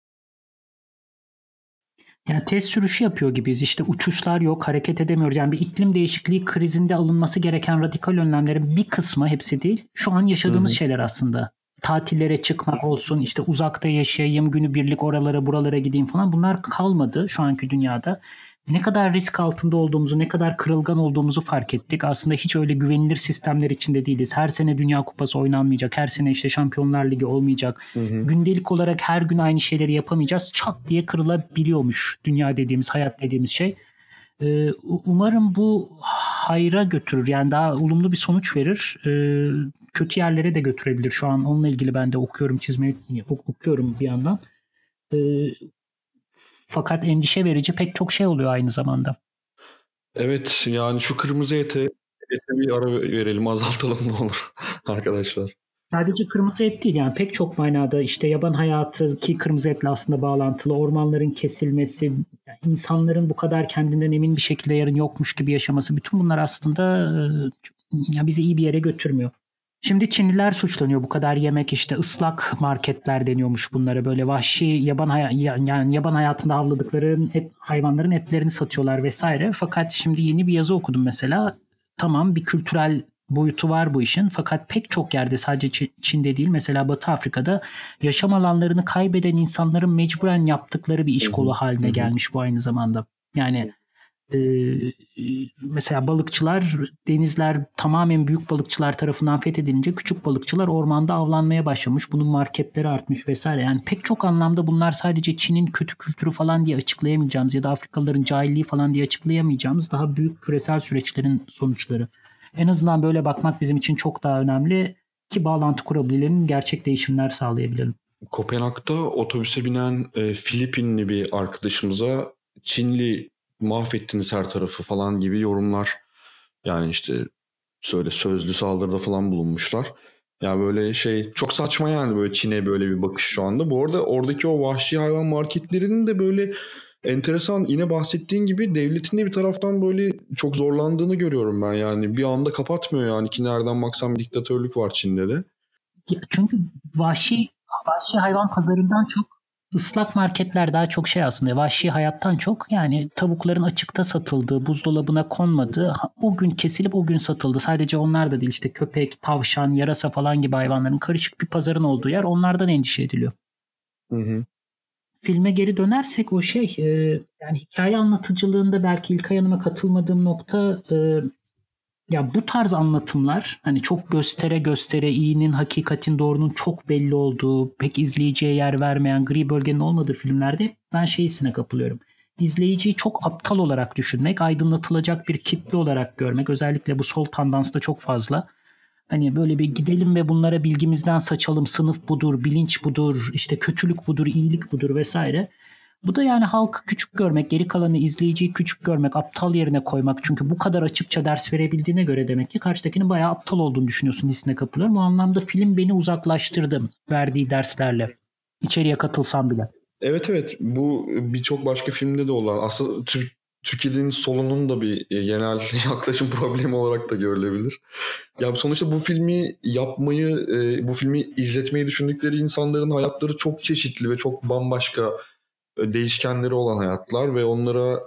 Yani test sürüşü yapıyor gibiyiz. İşte uçuşlar yok, hareket edemiyoruz. Yani bir iklim değişikliği krizinde alınması gereken radikal önlemlerin bir kısmı, hepsi değil, şu an yaşadığımız Hı hı. şeyler aslında. Tatillere çıkmak olsun, işte uzakta yaşayayım, günübirlik oralara buralara gideyim falan, bunlar kalmadı şu anki dünyada. Ne kadar risk altında olduğumuzu, ne kadar kırılgan olduğumuzu fark ettik. Aslında hiç öyle güvenilir sistemler içinde değiliz. Her sene Dünya Kupası oynanmayacak. Her sene işte Şampiyonlar Ligi olmayacak. Hı hı. Gündelik olarak her gün aynı şeyleri yapamayacağız. Çat diye kırılabiliyormuş dünya dediğimiz, hayat dediğimiz şey. Ee, umarım bu hayra götürür. Yani daha olumlu bir sonuç verir. Ee, kötü yerlere de götürebilir. Şu an onunla ilgili ben de okuyorum, çizmeyi okuyorum bir yandan. Ee, Fakat endişe verici pek çok şey oluyor aynı zamanda. Evet yani şu kırmızı ete, ete bir ara verelim, azaltalım ne olur arkadaşlar. Sadece kırmızı et değil yani pek çok manada işte yaban hayatı ki kırmızı etle aslında bağlantılı, ormanların kesilmesi, yani insanların bu kadar kendinden emin bir şekilde yarın yokmuş gibi yaşaması, bütün bunlar aslında e, bizi iyi bir yere götürmüyor. Şimdi Çinliler suçlanıyor, bu kadar yemek işte ıslak marketler deniyormuş bunlara, böyle vahşi yaban hay- yani yaban hayatında avladıkları et, hayvanların etlerini satıyorlar vesaire. Fakat şimdi yeni bir yazı okudum mesela. Tamam, bir kültürel boyutu var bu işin. Fakat pek çok yerde, sadece Çin'de değil, mesela Batı Afrika'da yaşam alanlarını kaybeden insanların mecburen yaptıkları bir iş kolu haline gelmiş bu aynı zamanda. Yani e, mesela balıkçılar, denizler tamamen büyük balıkçılar tarafından fethedilince küçük balıkçılar ormanda avlanmaya başlamış. Bunun marketleri artmış vesaire. Yani pek çok anlamda bunlar sadece Çin'in kötü kültürü falan diye açıklayamayacağımız ya da Afrikalıların cahilliği falan diye açıklayamayacağımız daha büyük küresel süreçlerin sonuçları. En azından böyle bakmak bizim için çok daha önemli ki bağlantı kurabilelim, gerçek değişimler sağlayabilelim. Kopenhag'da otobüse binen e, Filipinli bir arkadaşımıza Çinli mahvettiniz her tarafı falan gibi yorumlar, yani işte söyle sözlü saldırıda falan bulunmuşlar. Yani böyle şey çok saçma yani, böyle Çin'e böyle bir bakış şu anda. Bu arada oradaki o vahşi hayvan marketlerinin de böyle enteresan, yine bahsettiğin gibi devletin de bir taraftan böyle çok zorlandığını görüyorum ben yani. Bir anda kapatmıyor yani, ki nereden baksam bir diktatörlük var Çin'de de. Çünkü vahşi vahşi hayvan pazarından çok ıslak marketler daha çok şey aslında, vahşi hayattan çok, yani tavukların açıkta satıldığı, buzdolabına konmadığı, o gün kesilip o gün satıldı. Sadece onlar da değil, işte köpek, tavşan, yarasa falan gibi hayvanların karışık bir pazarın olduğu yer, onlardan endişe ediliyor. Hı hı. Filme geri dönersek o şey e, yani hikaye anlatıcılığında belki İlkay Hanım'a katılmadığım nokta, e, ya bu tarz anlatımlar hani çok göstere göstere iyinin, hakikatin, doğrunun çok belli olduğu, pek izleyiciye yer vermeyen, gri bölgenin olmadığı filmlerde ben şey hissine kapılıyorum. İzleyiciyi çok aptal olarak düşünmek, aydınlatılacak bir kitle olarak görmek, özellikle bu sol tandansta çok fazla. Hani böyle bir gidelim ve bunlara bilgimizden saçalım, sınıf budur, bilinç budur, işte kötülük budur, iyilik budur vesaire. Bu da yani halkı küçük görmek, geri kalanı izleyiciyi küçük görmek, aptal yerine koymak. Çünkü bu kadar açıkça ders verebildiğine göre demek ki karşıdakinin bayağı aptal olduğunu düşünüyorsun hissine kapılıyorum. O anlamda film beni uzaklaştırdı verdiği derslerle. İçeriye katılsam bile. Evet evet, bu birçok başka filmde de olan, aslında Türk Türkiye'nin solunun da bir genel yaklaşım problemi olarak da görülebilir. Ya sonuçta bu filmi yapmayı, bu filmi izletmeyi düşündükleri insanların hayatları çok çeşitli ve çok bambaşka değişkenleri olan hayatlar ve onlara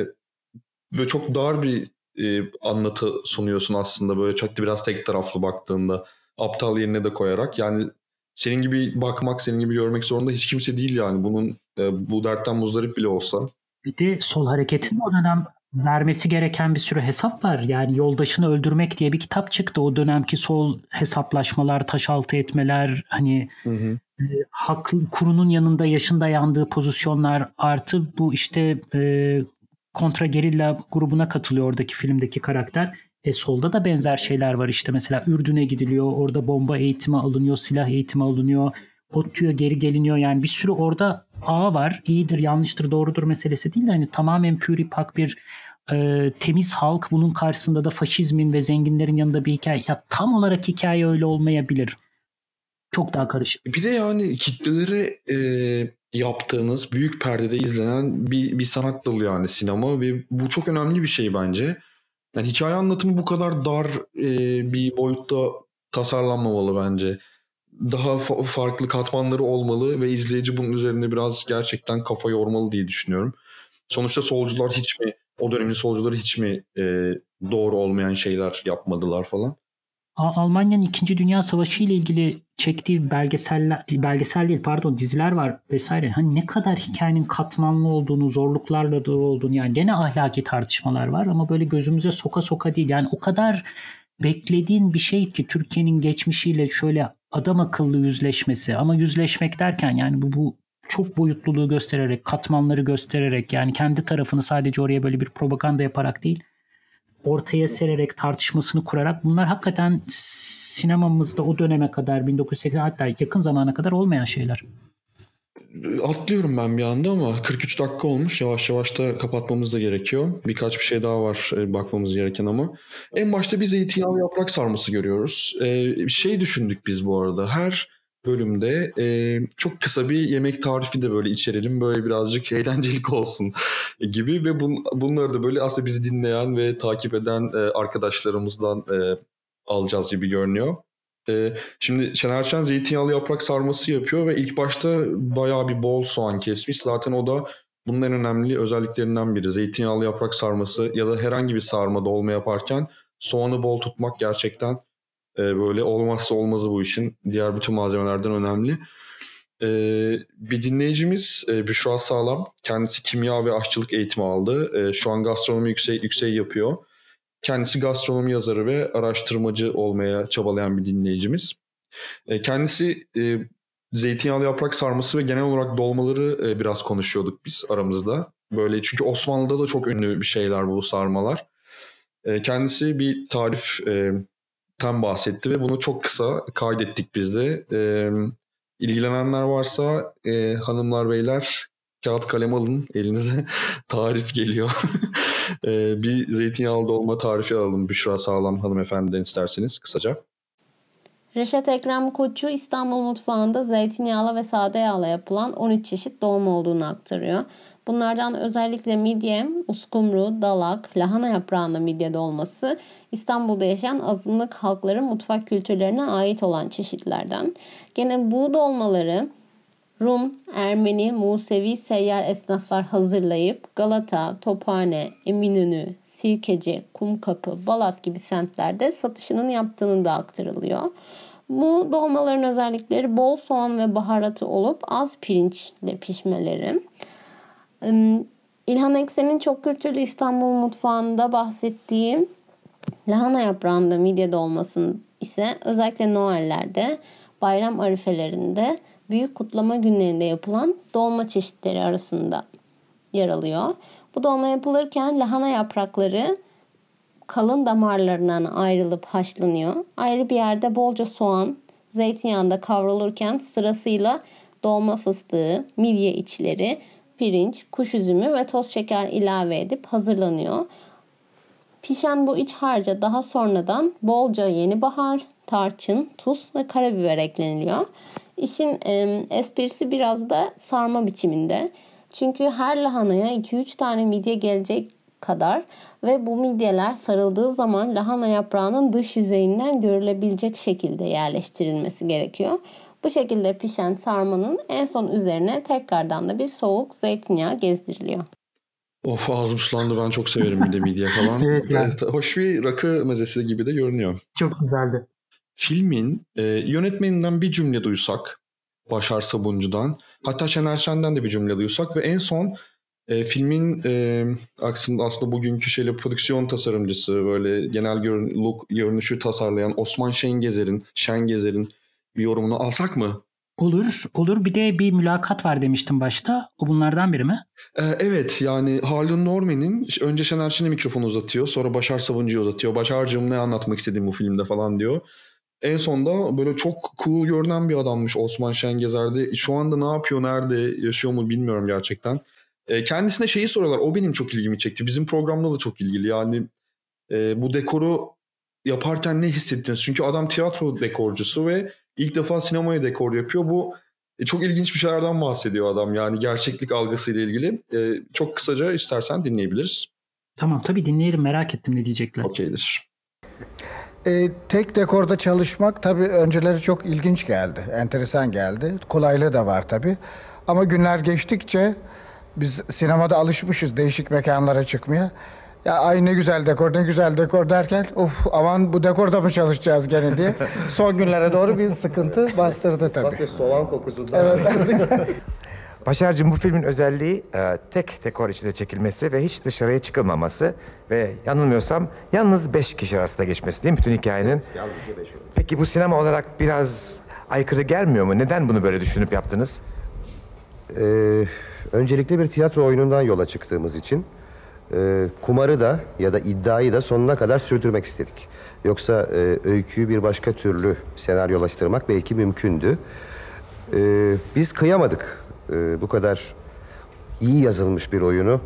böyle çok dar bir anlatı sunuyorsun aslında, böyle çok biraz tek taraflı baktığında, aptal yerine de koyarak. Yani senin gibi bakmak, senin gibi görmek zorunda hiç kimse değil yani. Bunun bu dertten muzdarip bile olsa. Bir de sol hareketin o dönem vermesi gereken bir sürü hesap var. Yani Yoldaşını Öldürmek diye bir kitap çıktı. O dönemki sol hesaplaşmalar, taşaltı etmeler, hani hı hı. E, hak kurunun yanında yaşın dayandığı pozisyonlar, artı bu işte e, kontra gerilla grubuna katılıyor oradaki filmdeki karakter. E, solda da benzer şeyler var işte. Mesela Ürdün'e gidiliyor. Orada bomba eğitimi alınıyor, silah eğitimi alınıyor. ODTÜ'ye geri geliniyor. Yani bir sürü orada ağ var. İyidir, yanlıştır, doğrudur meselesi değil de hani tamamen püripak bir e, temiz halk. Bunun karşısında da faşizmin ve zenginlerin yanında bir hikaye. Ya tam olarak hikaye öyle olmayabilir. Çok daha karışık. Bir de yani kitlelere e, yaptığınız, büyük perdede izlenen bir, bir sanat dalı yani sinema ve bu çok önemli bir şey bence. Yani hikaye anlatımı bu kadar dar e, bir boyutta tasarlanmamalı bence. Daha fa- farklı katmanları olmalı ve izleyici bunun üzerine biraz gerçekten kafa yormalı diye düşünüyorum. Sonuçta solcular hiç mi, o dönemin solcuları hiç mi e, doğru olmayan şeyler yapmadılar falan? Almanya'nın İkinci Dünya Savaşı ile ilgili çektiği belgeseller, belgesel değil pardon diziler var vesaire. Hani ne kadar hikayenin katmanlı olduğunu, zorluklarla dolu olduğunu, yani gene ahlaki tartışmalar var ama böyle gözümüze soka soka değil. Yani o kadar beklediğin bir şey ki Türkiye'nin geçmişiyle şöyle adam akıllı yüzleşmesi, ama yüzleşmek derken yani bu, bu çok boyutluluğu göstererek, katmanları göstererek, yani kendi tarafını sadece oraya böyle bir propaganda yaparak değil, ortaya sererek, tartışmasını kurarak, bunlar hakikaten sinemamızda o döneme kadar, bin dokuz yüz seksen hatta yakın zamana kadar olmayan şeyler. Atlıyorum ben bir anda ama kırk üç dakika olmuş. Yavaş yavaş da kapatmamız da gerekiyor. Birkaç bir şey daha var bakmamız gereken ama. En başta bir zeytinyağlı yaprak sarması görüyoruz. Ee, şey düşündük biz bu arada. Her bölümde e, çok kısa bir yemek tarifi de böyle içerelim. Böyle birazcık eğlencelik olsun gibi ve bun, bunları da böyle aslında bizi dinleyen ve takip eden e, arkadaşlarımızdan e, alacağız gibi görünüyor. Şimdi Şener Şen zeytinyağlı yaprak sarması yapıyor ve ilk başta bayağı bir bol soğan kesmiş. Zaten o da bunun en önemli özelliklerinden biri. Zeytinyağlı yaprak sarması ya da herhangi bir sarma dolma yaparken soğanı bol tutmak gerçekten böyle olmazsa olmazı bu işin. Diğer bütün malzemelerden önemli. Bir dinleyicimiz Büşra Sağlam, kendisi kimya ve aşçılık eğitimi aldı. Şu an gastronomi yüksek, yükseği yapıyor. Kendisi gastronomi yazarı ve araştırmacı olmaya çabalayan bir dinleyicimiz. Kendisi e, zeytinyağlı yaprak sarması ve genel olarak dolmaları e, biraz konuşuyorduk biz aramızda. Böyle çünkü Osmanlı'da da çok ünlü bir şeyler bu sarmalar. E, kendisi bir tariften bahsetti ve bunu çok kısa kaydettik biz de. E, ilgilenenler varsa e, hanımlar beyler kağıt kalem alın elinize, tarif geliyor. ee, bir zeytinyağlı dolma tarifi alalım Büşra Sağlam hanımefendiden isterseniz kısaca. Reşat Ekrem Koçu İstanbul mutfağında zeytinyağlı ve sade yağla yapılan on üç çeşit dolma olduğunu aktarıyor. Bunlardan özellikle midye, uskumru, dalak, lahana yaprağında midye dolması İstanbul'da yaşayan azınlık halkların mutfak kültürlerine ait olan çeşitlerden. Gene bu dolmaları Rum, Ermeni, Musevi seyyar esnaflar hazırlayıp Galata, Tophane, Eminönü, Sirkeci, Kumkapı, Balat gibi semtlerde satışının yaptığını da aktarılıyor. Bu dolmaların özellikleri bol soğan ve baharatı olup az pirinçle pişmeleri. İlhan Eksen'in çok kültürlü İstanbul mutfağında bahsettiği lahana yaprağında midye dolmasının ise özellikle Noel'lerde, bayram arifelerinde, büyük kutlama günlerinde yapılan dolma çeşitleri arasında yer alıyor. Bu dolma yapılırken lahana yaprakları kalın damarlarından ayrılıp haşlanıyor. Ayrı bir yerde bolca soğan, zeytinyağında kavrulurken sırasıyla dolma fıstığı, midye içleri, pirinç, kuş üzümü ve toz şeker ilave edip hazırlanıyor. Pişen bu iç harca daha sonradan bolca yeni bahar, tarçın, tuz ve karabiber ekleniliyor. İşin e, esprisi biraz da sarma biçiminde. Çünkü her lahanaya iki üç tane midye gelecek kadar ve bu midyeler sarıldığı zaman lahana yaprağının dış yüzeyinden görülebilecek şekilde yerleştirilmesi gerekiyor. Bu şekilde pişen sarmanın en son üzerine tekrardan da bir soğuk zeytinyağı gezdiriliyor. Of, ağzım sulandı, ben çok severim bir de midye falan. Evet, yani. Evet, hoş bir rakı mezesi gibi de görünüyor. Çok güzeldi. Filmin e, yönetmeninden bir cümle duysak, Başar Sabuncu'dan, hatta Şener Şen'den de bir cümle duysak ve en son e, filmin e, aslında, aslında bugünkü şeyle prodüksiyon tasarımcısı, böyle genel görün, look, görünüşü tasarlayan Osman Şengezer'in, Şengezer'in bir yorumunu alsak mı? Olur, olur. Bir de bir mülakat var demiştim başta. O bunlardan biri mi? Ee, evet, yani Harlan Norman'in önce Şener Şen'e mikrofonu uzatıyor, sonra Başar Sabuncu'ya uzatıyor. Başar'cığım, ne anlatmak istediğim bu filmde falan diyor. En sonda böyle çok cool görünen bir adammış Osman Şengezer'de. Şu anda ne yapıyor, nerede yaşıyor mu bilmiyorum gerçekten. Ee, kendisine şeyi soruyorlar, o benim çok ilgimi çekti. Bizim programda da çok ilgili, yani e, bu dekoru yaparken ne hissettiniz? Çünkü adam tiyatro dekorcusu ve ilk defa sinemaya dekor yapıyor. Bu e, çok ilginç bir şeylerden bahsediyor adam, yani gerçeklik algısıyla ilgili. E, çok kısaca istersen dinleyebiliriz. Tamam, tabii dinleyelim, merak ettim ne diyecekler. Okeydir. E, tek dekorda çalışmak tabii önceleri çok ilginç geldi, enteresan geldi. Kolaylığı da var tabii. Ama günler geçtikçe biz sinemada alışmışız değişik mekanlara çıkmaya. Ya ay ne güzel dekor, ne güzel dekor derken of aman bu dekorda mı çalışacağız gene diye. Son günlere doğru bir sıkıntı bastırdı tabii. Bak ve soğan kokusundan. Evet. Başar'cığım, bu filmin özelliği e, tek dekor içinde çekilmesi ve hiç dışarıya çıkılmaması ve yanılmıyorsam yalnız beş kişi arasında geçmesi değil mi bütün hikayenin? Yalnızca beş olur. Peki bu sinema olarak biraz aykırı gelmiyor mu? Neden bunu böyle düşünüp yaptınız? Ee, öncelikle bir tiyatro oyunundan yola çıktığımız için e, kumarı da ya da iddiayı da sonuna kadar sürdürmek istedik. Yoksa e, öyküyü bir başka türlü senaryolaştırmak belki mümkündü. E, biz kıyamadık e, bu kadar iyi yazılmış bir oyunu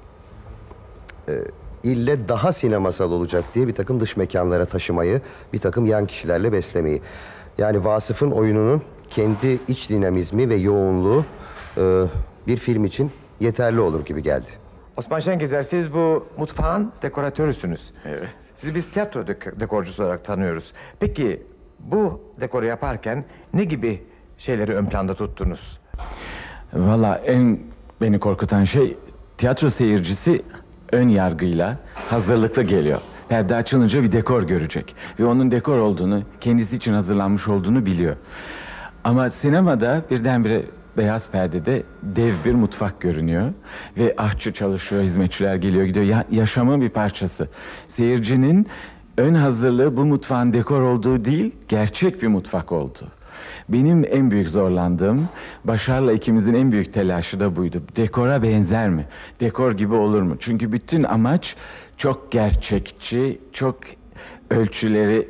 e, ille daha sinemasal olacak diye bir takım dış mekanlara taşımayı, bir takım yan kişilerle beslemeyi. Yani Vasıf'ın oyununun kendi iç dinamizmi ve yoğunluğu e, bir film için yeterli olur gibi geldi. Osman Şengezer, siz bu mutfağın dekoratörüsünüz. Evet. Sizi biz tiyatro dek- dekorcusu olarak tanıyoruz. Peki bu dekoru yaparken ne gibi şeyleri ön planda tuttunuz? Valla en beni korkutan şey tiyatro seyircisi ön yargıyla hazırlıklı geliyor. Perde açılınca bir dekor görecek ve onun dekor olduğunu, kendisi için hazırlanmış olduğunu biliyor. Ama sinemada birdenbire beyaz perdede dev bir mutfak görünüyor ve aşçı çalışıyor, hizmetçiler geliyor gidiyor. Ya, yaşamın bir parçası. Seyircinin ön hazırlığı bu mutfağın dekor olduğu değil, gerçek bir mutfak oldu. Benim en büyük zorlandığım, Başar'la ikimizin en büyük telaşı da buydu. Dekora benzer mi? Dekor gibi olur mu? Çünkü bütün amaç çok gerçekçi, çok ölçüleri,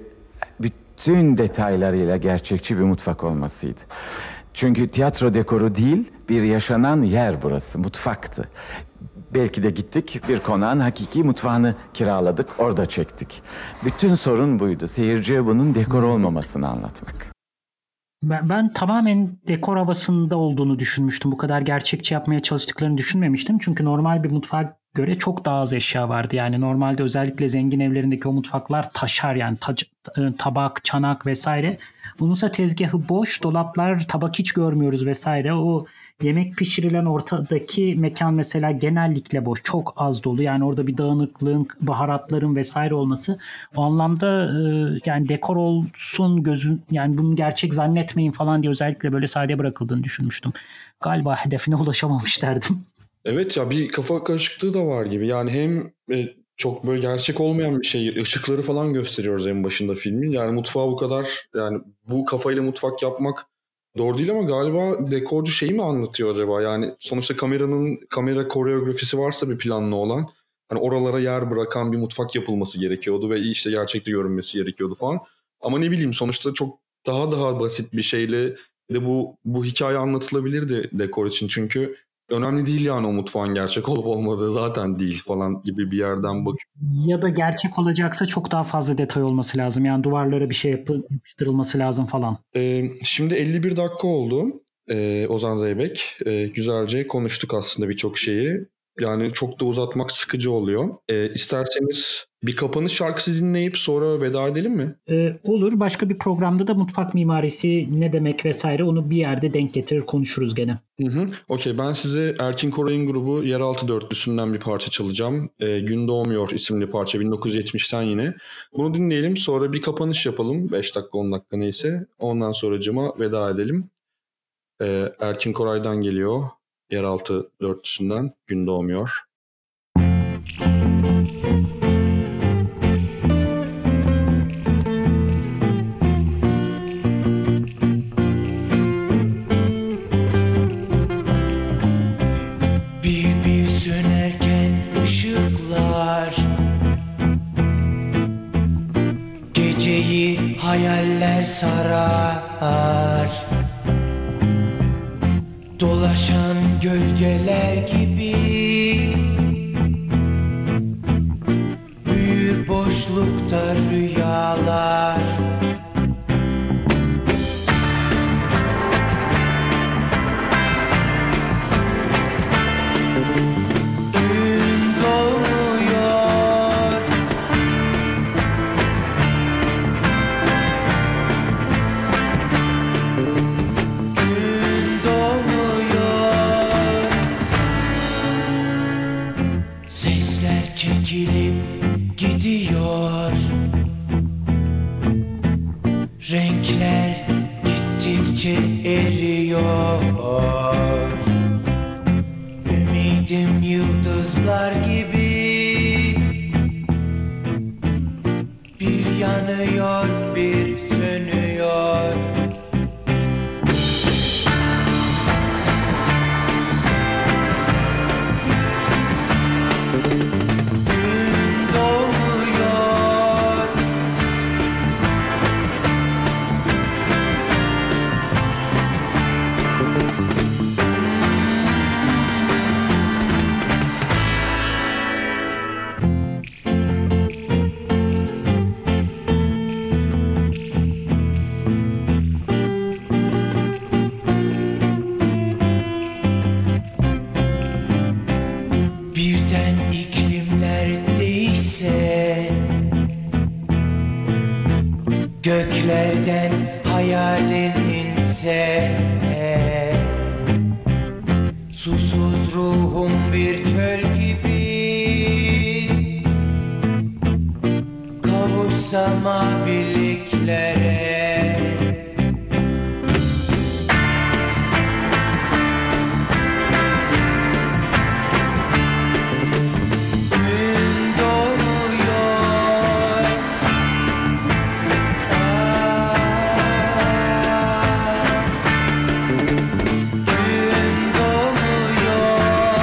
bütün detaylarıyla gerçekçi bir mutfak olmasıydı. Çünkü tiyatro dekoru değil, bir yaşanan yer burası, mutfaktı. Belki de gittik, bir konağın hakiki mutfağını kiraladık, orada çektik. Bütün sorun buydu, seyirciye bunun dekor olmamasını anlatmak. Ben, ben tamamen dekor havasında olduğunu düşünmüştüm. Bu kadar gerçekçi yapmaya çalıştıklarını düşünmemiştim. Çünkü normal bir mutfağa göre çok daha az eşya vardı. Yani normalde özellikle zengin evlerindeki o mutfaklar taşar, yani tac- tabak, çanak vesaire. Bununsa tezgahı boş, dolaplar, tabak hiç görmüyoruz vesaire. O yemek pişirilen ortadaki mekan mesela genellikle boş, çok az dolu. Yani orada bir dağınıklığın, baharatların vesaire olması o anlamda e, yani dekor olsun gözün, yani bunu gerçek zannetmeyin falan diye özellikle böyle sade bırakıldığını düşünmüştüm. Galiba hedefine ulaşamamış derdim. Evet ya, bir kafa karışıklığı da var gibi. Yani hem e, çok böyle gerçek olmayan bir şey, ışıkları falan gösteriyoruz en başında filmin. Yani mutfağı bu kadar, yani bu kafayla mutfak yapmak doğru değil ama galiba dekorcu şeyi mi anlatıyor acaba? Yani sonuçta kameranın kamera koreografisi varsa bir planlı olan, hani oralara yer bırakan bir mutfak yapılması gerekiyordu ve işte gerçekte görünmesi gerekiyordu falan. Ama ne bileyim, sonuçta çok daha daha basit bir şeyle de bu bu hikaye anlatılabilirdi dekor için. Çünkü önemli değil yani o mutfağın gerçek olup olmadığı zaten değil falan gibi bir yerden bak. Ya da gerçek olacaksa çok daha fazla detay olması lazım. Yani duvarlara bir şey yapı- yapıştırılması lazım falan. Ee, şimdi elli bir dakika oldu. Ee, Ozan Zeybek. Ee, güzelce konuştuk aslında birçok şeyi. Yani çok da uzatmak sıkıcı oluyor. Ee, isterseniz bir kapanış şarkısı dinleyip sonra veda edelim mi? Ee, olur. Başka bir programda da mutfak mimarisi ne demek vesaire onu bir yerde denk getirir konuşuruz gene. Hı hı. Okey, ben size Erkin Koray'ın grubu Yeraltı Dörtlüsü'nden bir parça çalacağım. Ee, Gün Doğmuyor isimli parça bin dokuz yüz yetmişten yine. Bunu dinleyelim, sonra bir kapanış yapalım. beş dakika on dakika neyse. Ondan sonracıma veda edelim. Ee, Erkin Koray'dan geliyor. Yeraltı Dörtlüsü'nden Gün Doğmuyor. Bir bir sönerken ışıklar, geceyi hayaller sarar. Dolaşan gölgeler gibi büyür boşlukta rüyalar. Gün doğmuyor, gün doğmuyor. Sesler çekilip gidiyor, renkler gittikçe eriyor. Ümidim yıldızlar gibi bir yanıyor, bir sönüyor. Gün doğmuyor, birden iklimler değişse, göklerden hayalin inse, susuz ruhum bir çöl gibi kavuşsa maviliklere. Gün doğmuyor, ah, gün doğmuyor.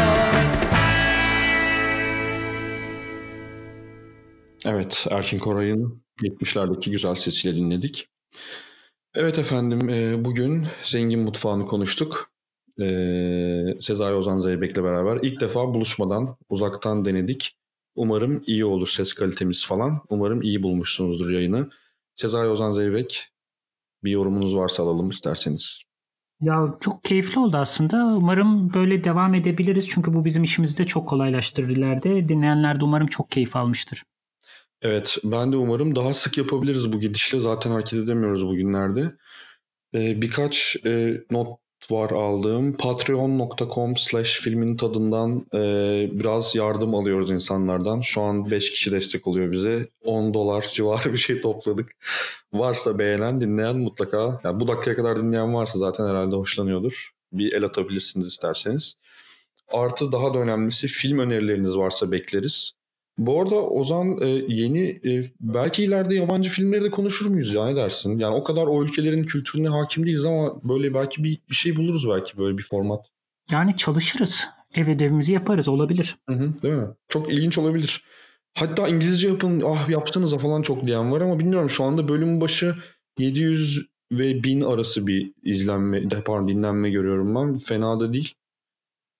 Evet, Erkin Koray'ın yetmişlerdeki güzel sesiyle dinledik. Evet efendim, e, bugün Zengin Mutfağı'nı konuştuk. E, Sezai Ozan Zeybek'le beraber ilk defa buluşmadan, uzaktan denedik. Umarım iyi olur ses kalitemiz falan. Umarım iyi bulmuşsunuzdur yayını. Sezai Ozan Zeybek, bir yorumunuz varsa alalım isterseniz. Ya çok keyifli oldu aslında. Umarım böyle devam edebiliriz. Çünkü bu bizim işimizi de çok kolaylaştırır ileride. Dinleyenler de umarım çok keyif almıştır. Evet, ben de umarım daha sık yapabiliriz bu gidişle. Zaten hareket edemiyoruz bugünlerde. Ee, birkaç e, not var aldığım. patreon nokta com slash filmin tadından e, biraz yardım alıyoruz insanlardan. Şu an beş kişi destek oluyor bize. on dolar civarı bir şey topladık. Varsa beğenen, dinleyen mutlaka. Yani bu dakikaya kadar dinleyen varsa zaten herhalde hoşlanıyordur. Bir el atabilirsiniz isterseniz. Artı daha da önemlisi film önerileriniz varsa bekleriz. Bu arada Ozan e, yeni e, belki ileride yabancı filmleri de konuşur muyuz ya, ne dersin? Yani o kadar o ülkelerin kültürüne hakim değiliz ama böyle belki bir, bir şey buluruz, belki böyle bir format. Yani çalışırız. Ev ödevimizi yaparız, olabilir. Hı hı, değil mi? Çok ilginç olabilir. Hatta İngilizce yapın, ah yapsanıza falan çok diyen var ama bilmiyorum, şu anda bölüm başı yedi yüz ve bin arası bir izlenme, pardon dinlenme görüyorum ben. Fena da değil.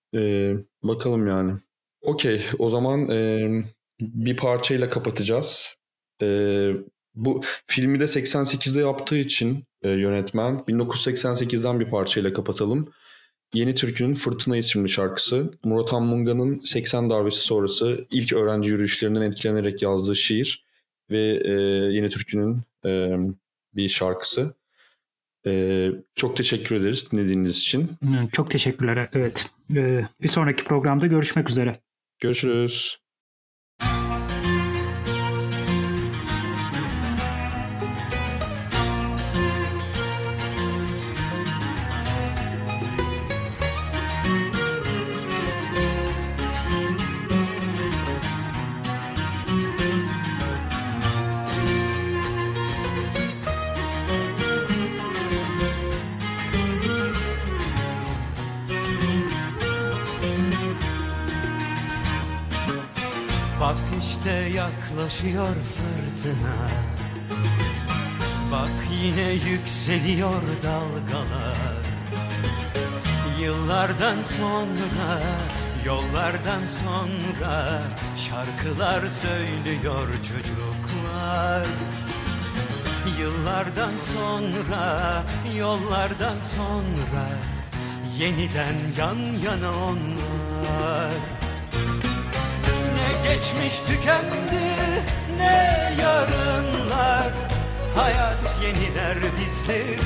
Ee, bakalım yani. Okey, o zaman e, bir parçayla kapatacağız. Ee, bu filmi de seksen sekizde yaptığı için e, yönetmen bin dokuz yüz seksen sekizden bir parçayla kapatalım. Yeni Türkü'nün Fırtına isimli şarkısı. Murat Anmunga'nın seksen darbesi sonrası ilk öğrenci yürüyüşlerinden etkilenerek yazdığı şiir ve e, Yeni Türkü'nün e, bir şarkısı. E, çok teşekkür ederiz dinlediğiniz için. Çok teşekkürler. Evet. Ee, bir sonraki programda görüşmek üzere. Görüşürüz. Bak işte yaklaşıyor fırtına, bak yine yükseliyor dalgalar. Yıllardan sonra, yollardan sonra şarkılar söylüyor çocuklar. Yıllardan sonra, yollardan sonra yeniden yan yana onlar. Ne geçmiş tükendi, ne yarınlar, hayat yeniler bizleri.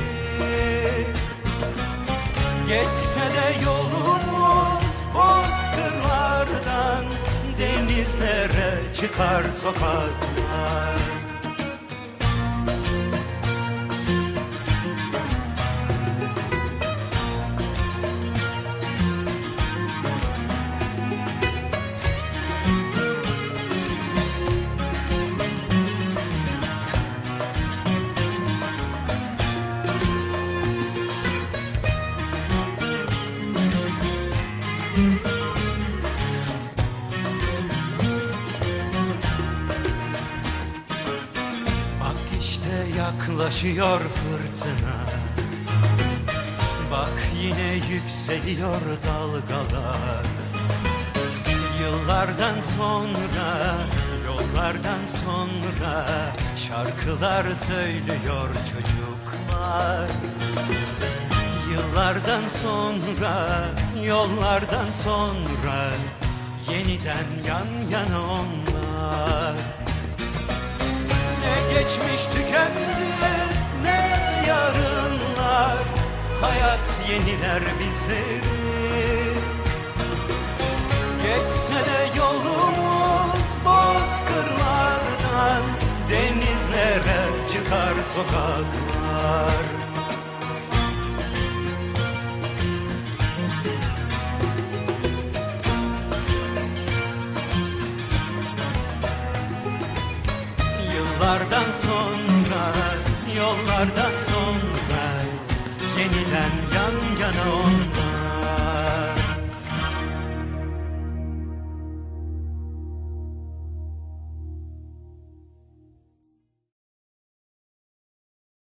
Geçse de yolumuz bozkırlardan, denizlere çıkar sokaklar. Yaklaşıyor fırtına, bak yine yükseliyor dalgalar. Yıllardan sonra, yollardan sonra şarkılar söylüyor çocuklar. Yıllardan sonra, yollardan sonra yeniden yan yana onlar. Ne geçmiş tükendi, ne yarınlar, hayat yeniler bizleri. Geçse de yolumuz bozkırlardan, denizlere çıkar sokaklar. Yıllardan sonra, yollardan sonra yeniden yan yana onlar.